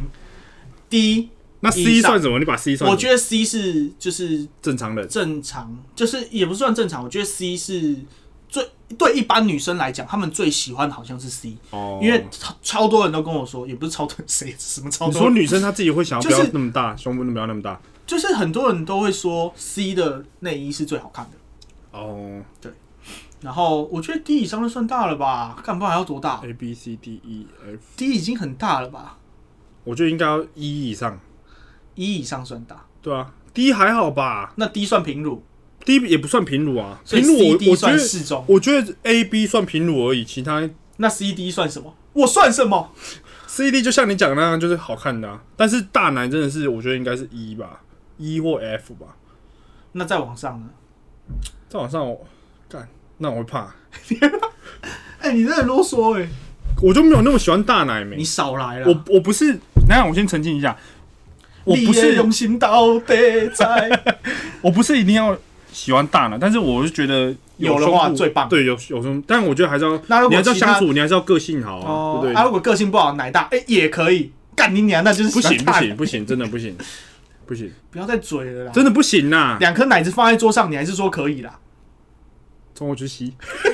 ，D
那 C 算什么？你把 C 算什么？
我觉得 C 是就是
正常的，
正常就是也不算正常。我觉得 C 是最对一般女生来讲，她们最喜欢好像是 C，哦，因为超超多人都跟我说，也不是超多谁什么超多人，
你说女生她自己会想要不要那么大，胸部不要那么大。
就是很多人都会说 C 的内衣是最好看的哦，对。然后我觉得 D 以上就算大了吧，干不然还要多大
？A B C D E F，D
已经很大了吧？
我觉得应该要一以上，
一以上算大。
对啊 ，D 还好吧？
那 D 算平乳
，D 也不算平乳啊。
平乳我我觉得
我觉得 A B 算平乳而已，其他
那 C D 算什么？我算什么
？C D 就像你讲的那样，就是好看的啊。但是大奶真的是，我觉得应该是一吧。E 或 F 吧，
那再往上呢？
再往上我干，那我会怕。
哎、欸，你真的啰嗦哎、欸！
我就没有那么喜欢大奶妹。
你少来了。
我我不是，那我先澄清一下，我不是
用心到底在。
我不是一定要喜欢大奶，但是我是觉得
有的话最棒。
对，有有胸，但我觉得还是要，你还是要相处，你还是要个性好啊，哦、对不对？
啊，如果个性不好，奶大，哎、欸、也可以，干你娘，那就是
不行不行不行，真的不行不行，
不要再嘴了啦，
真的不行啦！
两颗奶子放在桌上，你还是说可以啦？
从我去吸，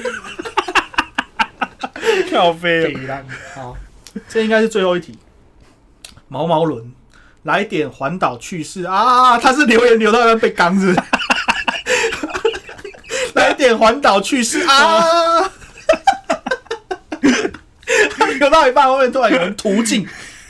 跳飞
了。好，这应该是最后一题。毛毛轮，来点环岛趣事啊！他是留言留到要被刚是。来点环岛趣事啊！留到一半后面突然有人途径。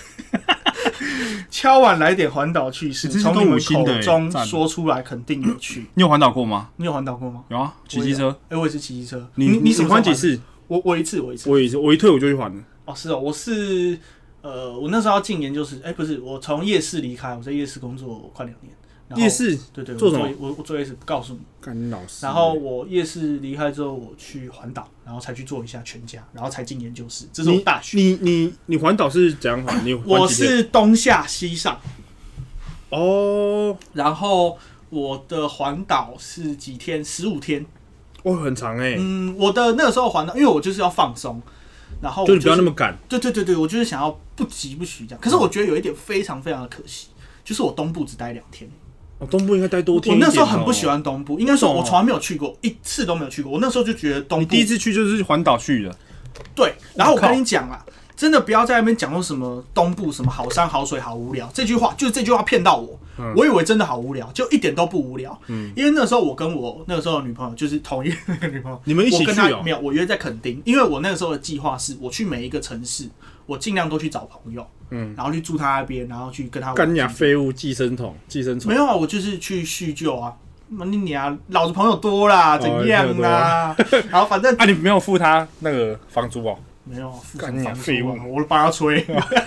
敲碗来点环岛趣事，从你们口中说出来肯定有趣。
你有环岛过吗？
你有环岛过吗？
有啊，骑机车。
哎、欸，我也是骑机车。
你你你环几次？
我我一次，我一次。
我一次，我一退伍就去环了。
哦，是哦，我是呃，我那时候要进研究室，哎、欸，不是，我从夜市离开，我在夜市工作快两年。
夜市
对对，
做什么？
我我做夜市，不告诉你。
干老师。
然后我夜市离开之后，我去环岛，然后才去做一下全家，然后才进研究室。这是我大学。
你你你环岛是怎样环？你环
我是东下西上。
哦。
然后我的环岛是几天？十五天。
哦，很长哎、欸。
嗯，我的那个时候环岛，因为我就是要放松，然后、
就是、就你不要那么赶。
对对对对，我就是想要不急不徐这样。可是我觉得有一点非常非常的可惜，就是我东部只待两天。
哦，东部应该待多天一
点、哦。我那时候很不喜欢东部，应该说我从来没有去过、
哦，
一次都没有去过。我那时候就觉得东部，
你第一次去就是环岛去的。
对，然后我跟你讲啦，真的不要在那边讲说什么东部什么好山好水好无聊，这句话就是这句话骗到我、嗯，我以为真的好无聊，就一点都不无聊。嗯，因为那时候我跟我那个时候的女朋友就是同一个那个女朋友，
你们一起去
哦？我跟她没有，我约在垦丁，因为我那个时候的计划是我去每一个城市，我尽量都去找朋友。嗯，然后去住他那边，然后去跟他
干呀废物寄生虫，寄生虫
没有啊，我就是去叙旧啊。你娘，老子朋友多啦，怎样啦？哦、然后反正
啊，你没有付他那个房租哦？
没有，付
干呀废物，
我帮他吹。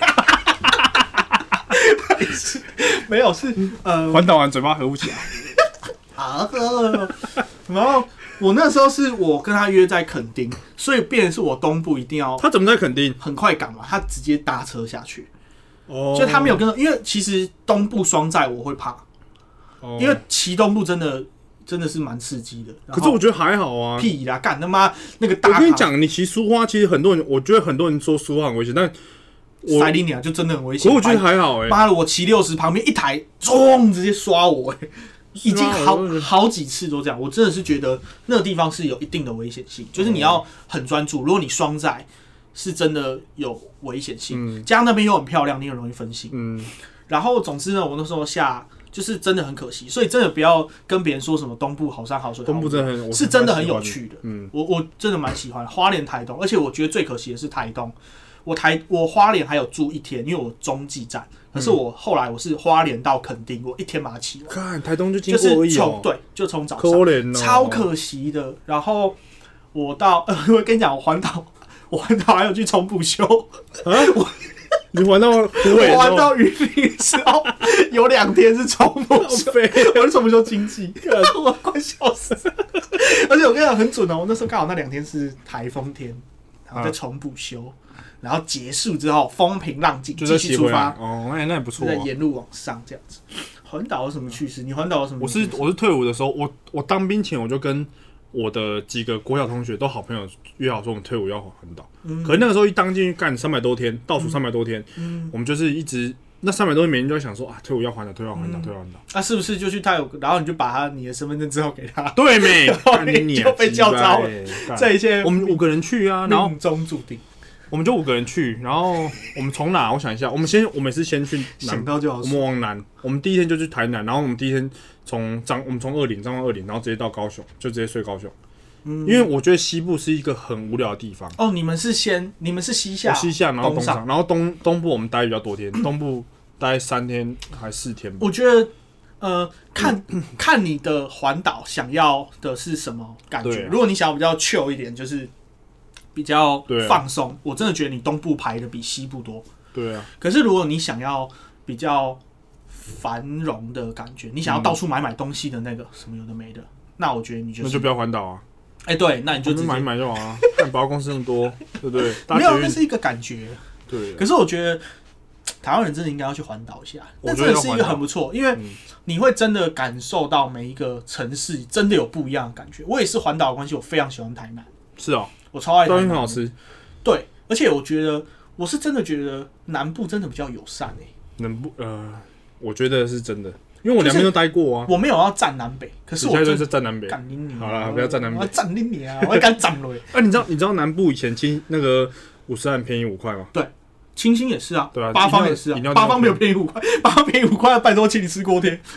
没有是呃，
环岛完嘴巴合不起来。
啊，然后我那时候是我跟他约在垦丁，所以变成是我东部一定要。
他怎么在垦丁？
很快赶嘛，他直接搭车下去。哦，就他没有跟，因为其实东部双载我会怕，哦、因为骑东部真的真的是蛮刺激的。
可是我觉得还好啊，
屁啦，干他妈那个大！
我跟你讲，你骑苏花，其实很多人，我觉得很多人说苏花很危险，但
塞利尼亚就真的很危险。
可我觉得还好哎、欸，
妈的，我骑六十，旁边一台撞直接刷我哎、欸。已经好好几次都这样，我真的是觉得那个地方是有一定的危险性，就是你要很专注。如果你双载，是真的有危险性。加上那边又很漂亮，你很容易分心。嗯。然后总之呢，我那时候下就是真的很可惜，所以真的不要跟别人说什么东部好山好水。
东部真的很
是真的很有趣的。嗯。我我真的蛮喜欢花莲、台东，而且我觉得最可惜的是台东。我台我花莲还有住一天，因为我中继站。可是我后来我是花莲到垦丁，我一天把它骑完。
看台东就經過而已、哦、
就是從對，就從早上。
可憐哦，
超可惜的。然後我到，呃、我跟你講，我環島，我環島還有去重補修。啊、我
你環到湖尾？
我環到雲林之後，有兩天是重補修，我是重補修經濟，我快笑死了。而且我跟你講很準哦，我那時候剛好那兩天是颱風天，然後再重補修。啊然後結束之後，風平浪靜，繼續出發。
哦，那那也不錯、啊。
在沿路往上這樣子。環島有什麼趣事？你環島有什麼？
我是我是退伍的時候，我我當兵前我就跟我的幾個國小同學都好朋友約好說，我們退伍要環島。嗯。可是那個時候一當進去幹三百多天，倒數三百多天，嗯，我們就是一直那三百多天每天就在想說啊，退伍要環島，退伍要環島，退伍要環島。
那、啊、是不是就去泰國，然後你就把他你的身份證之後給他？
對沒？
然後你就被叫招了。這一切
我們五個人去啊，然後
命中注定。
我們就五個人去，然後我們從哪？我想一下，我們先，我們是先去南，
想到就好。
我們往南，我們第一天就去台南，然後我們第一天從彰，我們從二林，彰化二林，然後直接到高雄，就直接睡高雄。嗯，因為我覺得西部是一個很無聊的地方。
哦，你們是先，你們是西下，
西下，然後東上，然後東東部我們待比較多天，東部待三天還四天吧。
我覺得，呃，看、嗯、看你的環島想要的是什麼感覺？啊、如果你想要比較 chill 一點，就是。比較放鬆、啊，我真的覺得你東部排的比西部多。
對啊。
可是如果你想要比較繁榮的感覺，你想要到處買買東西的那個、嗯、什麼有的沒的，那我覺得你就是、
那就不要環島啊。
哎、欸，對，那你就直接
買買就好啊。看百貨公司那麼多，對不對？
沒有，那是一個感覺。
對。
可是我覺得台湾人真的应该要去环岛一下，那真的是一个很不错，因为你会真的感受到每一个城市真的有不一样的感觉。我也是环岛的关系，我非常喜欢台南。
是哦，
我超爱台南，
东西很好吃。
对，而且我觉得我是真的觉得南部真的比较友善诶、欸。
南部呃，我觉得是真的，因为我两边都待过啊。
我没有要站南北，可是我
现在就是站南北。
干你你！
好了，不要站南北，
我要站你你啊！我要敢站了。
啊，你知道你知道南部以前清那个五十万便宜五块吗？
对。清新也是啊，
对啊，
八方也是啊，八方没有便宜五块，八方便宜五块，拜托请你吃锅贴。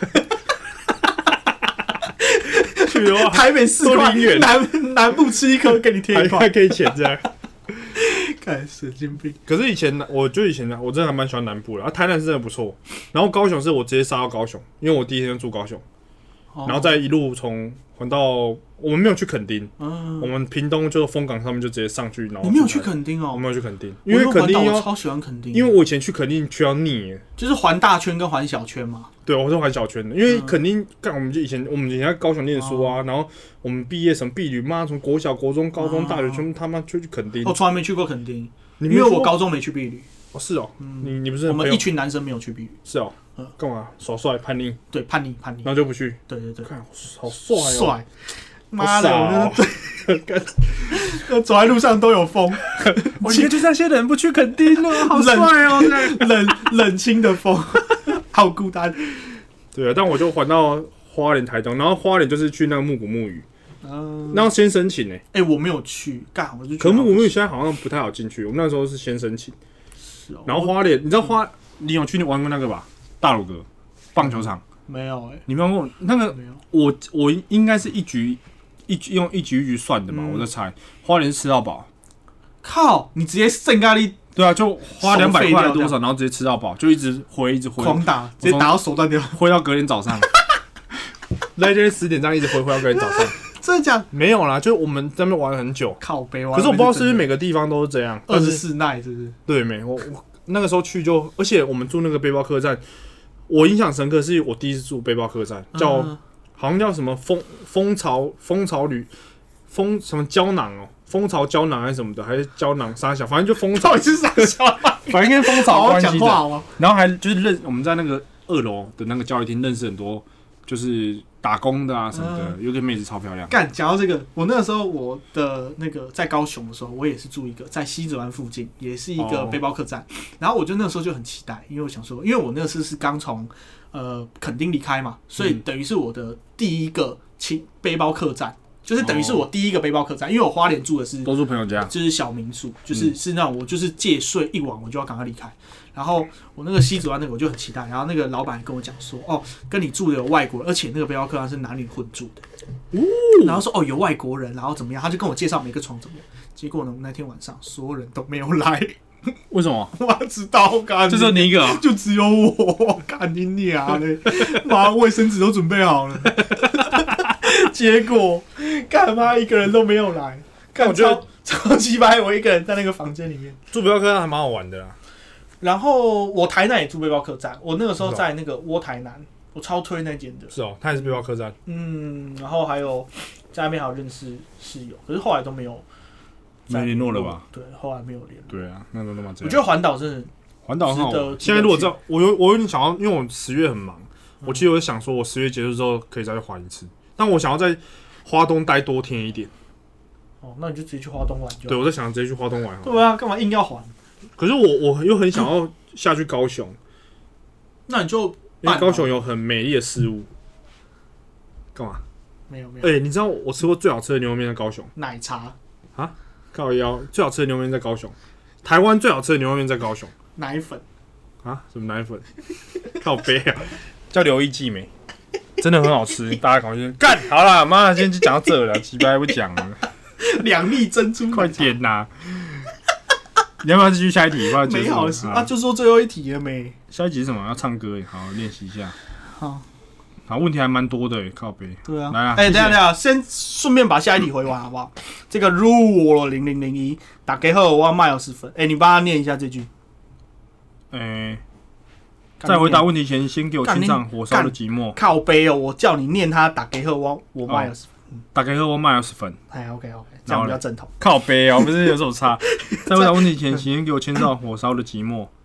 去的话，
台北四块，南南部吃一颗给你贴一块，
还可以钱这样。
看神经病。
可是以前，我就以前我真的还蛮喜欢南部的，啊，台南是真的不错。然后高雄是我直接杀到高雄，因为我第一天住高雄，哦、然后再一路从环到。我们没有去垦丁，嗯、我们屏东就丰港上面就直接上去，然后
你没有去垦丁哦？
我没有去垦丁，因为垦丁
我超喜欢垦丁，
因为我以前去垦丁去要腻，
就是环大圈跟环小圈嘛。
对，我是环小圈的，因为垦丁干我们就以前我们以前在高雄念书啊，哦、然后我们毕业什么毕旅，妈从国小、国中、高中、大学全部他妈就去垦丁。
我从来没去过垦丁，因为我高中没去毕旅。
哦，是哦，嗯、你你不是
我们一群男生没有去毕旅。
是哦，干嘛耍帅叛逆？
对，叛逆叛逆，
然后就不去。
对对对，
看好帅哦。
帅。妈的，我真的走在路上都有风。
我觉得就那些人不去垦丁了，好帅哦！
冷冷清的风，好孤单。
对啊，但我就环到花莲、台东，然后花莲就是去那个木谷木鱼，嗯，那要先申请诶、欸。
哎、欸，我没有去，干我就。
可木谷木鱼现在好像不太好进去，我们那时候是先申请。
是哦。
然后花莲，你知道花，你有去玩过那个吧？大鲁阁棒球场
没有哎、欸，
你没有过那个？
没有。
我我应该是一局。一局用一局一局算的嘛，嗯、我在猜，花莲吃到饱。
靠，你直接剩咖喱？
对啊，就花两百块多少，然后直接吃到饱，就一直挥，一直挥，
狂打，直接打到手断掉，
挥到隔天早上。那天十点这样一直挥，挥到隔天早上。
真的假的？
没有啦，就是我们在那边玩了很久。
靠北玩。
可是我不知道是不是每个地方都是这样。
二十四耐是不是？
对，没我我那个时候去就，而且我们住那个背包客栈，我印象深刻，是我第一次住背包客栈，叫。嗯好像叫什么蜂蜂巢蜂巢旅蜂什么胶囊哦，蜂巢胶囊还是什么的，还是胶囊沙小，反正就蜂巢。
到底是啥小？
反正跟蜂巢关系的。
好好
然后还就是认我们在那个二楼的那个教育厅认识很多，就是打工的啊什么的，嗯、有个妹子超漂亮。
干，讲到这个，我那个时候我的那个在高雄的时候，我也是住一个在西子湾附近，也是一个背包客栈。哦、然后我就那个时候就很期待，因为我想说，因为我那次是刚从呃垦丁离开嘛，所以等于是我的第一个轻背包客栈，就是等于是我第一个背包客栈，因为我花莲住的是
都住朋友家，
就是小民宿，就是是那种我就是借睡一晚我就要赶快离开。然后我那个西子湾那个我就很期待，然后那个老板跟我讲说，哦，跟你住的有外国人，而且那个背包客栈是男女混住的，哦、然后说哦有外国人，然后怎么样，他就跟我介绍每个床怎么样。结果呢，那天晚上所有人都没有来。
为什么？
我知道，干
就只有你一个、啊，
就只有我，干你娘嘞！妈，卫生纸都准备好了，结果干嘛一个人都没有来？干我觉得超级白，我一个人在那个房间里面
住背包客栈还蛮好玩的啦。
然后我台南也住背包客栈，我那个时候在那个窝台南，我超推那间的。
是哦，他也是背包客栈。
嗯，然后还有在那边还有认识室友，可是后来都没有。
没联络了吧？
对，后来没有联络。
对啊，那都那么这样。
我觉得环岛真的，
环岛很好玩。现在如果知道，我有我有点想要，因为我十月很忙，嗯、我其实我想说，我十月结束之后可以再去环一次，但我想要在花东待多天一点。
哦，那你就直接去花东玩就好。
对，我在想直接去花东玩。
对啊，干嘛硬要环？
可是我我又很想要下去高雄，
那你就
因为高雄有很美丽的事物。干嘛？
没有没有。
哎、欸，你知道我吃过最好吃的牛肉面在高雄？
奶茶
啊？靠腰，最好吃的牛肉面在高雄。台湾最好吃的牛肉面在高雄。
奶粉
啊？什么奶粉？靠背啊！叫刘一记没？真的很好吃，大家赶快去干！好啦，妈，今天就讲到这了，鸡掰不讲了。
两粒珍珠，
快点呐！你要不要继续下一题？不要结束。
没好事啊，就说最后一题了没？
下一集是什么？要唱歌耶，好练习一下。
好。
好，问题还蛮多的耶，靠北。
对啊，
来啊！
哎、欸，等一下等一下，先顺便把下一题回完好不好？这个如我零零零一打给后，我要卖二十分。哎、欸，你帮他念一下这句。
哎、欸，在回答问题前，先给我签上火烧的寂寞。
靠背哦，我叫你念他打给后，我我卖二十分。
哦、打给后我卖二十分。
哎 ，OK OK， 这样比较正统。
靠背哦，不是有什么差。在回答问题前，请先给我签上火烧的寂寞。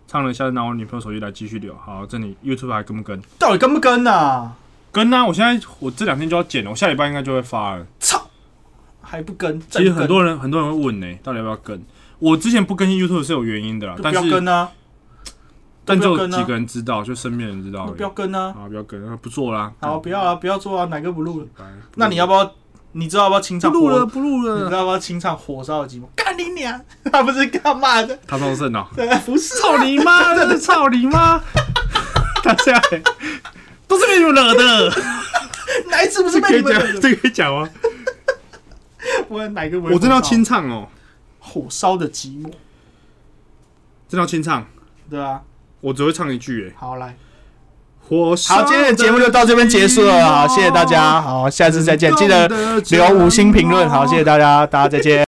唱了一下，拿我女朋友手机来继续留。好，这里 YouTube 还跟不跟？
到底跟不跟啊？
跟啊！我现在我这两天就要剪了，我下礼拜应该就会发了。
操，还不跟？
其实很多人很多人会问呢、欸，到底要不要跟？我之前不更新 YouTube 是有原因的啦，但是
不要跟啊。
但就有几个人知道，就身边人知道。
不要跟啊！
好，不要跟，不做啦。
好，不要啊，不要做啊，哪个不录了？那你要不要？你知道要不要清唱？
不录了，不录了。
你知道要不要清唱《火烧的寂寞》？干你娘！他不是干嘛的？
他超胜哦！
不是，
操你妈！真的操你妈！他现在都是被你们惹的。
哪一次不是被你们惹的？
这个可以讲吗？
我哪个？
我真的要清唱哦，
《火烧的寂寞》。
真的要清唱？
对啊。
我只会唱一句诶。
好，来。
好，
今天的节目就到这边结束了。好，谢谢大家。好，下次再见，记得留五星评论。好，谢谢大家，大家再见。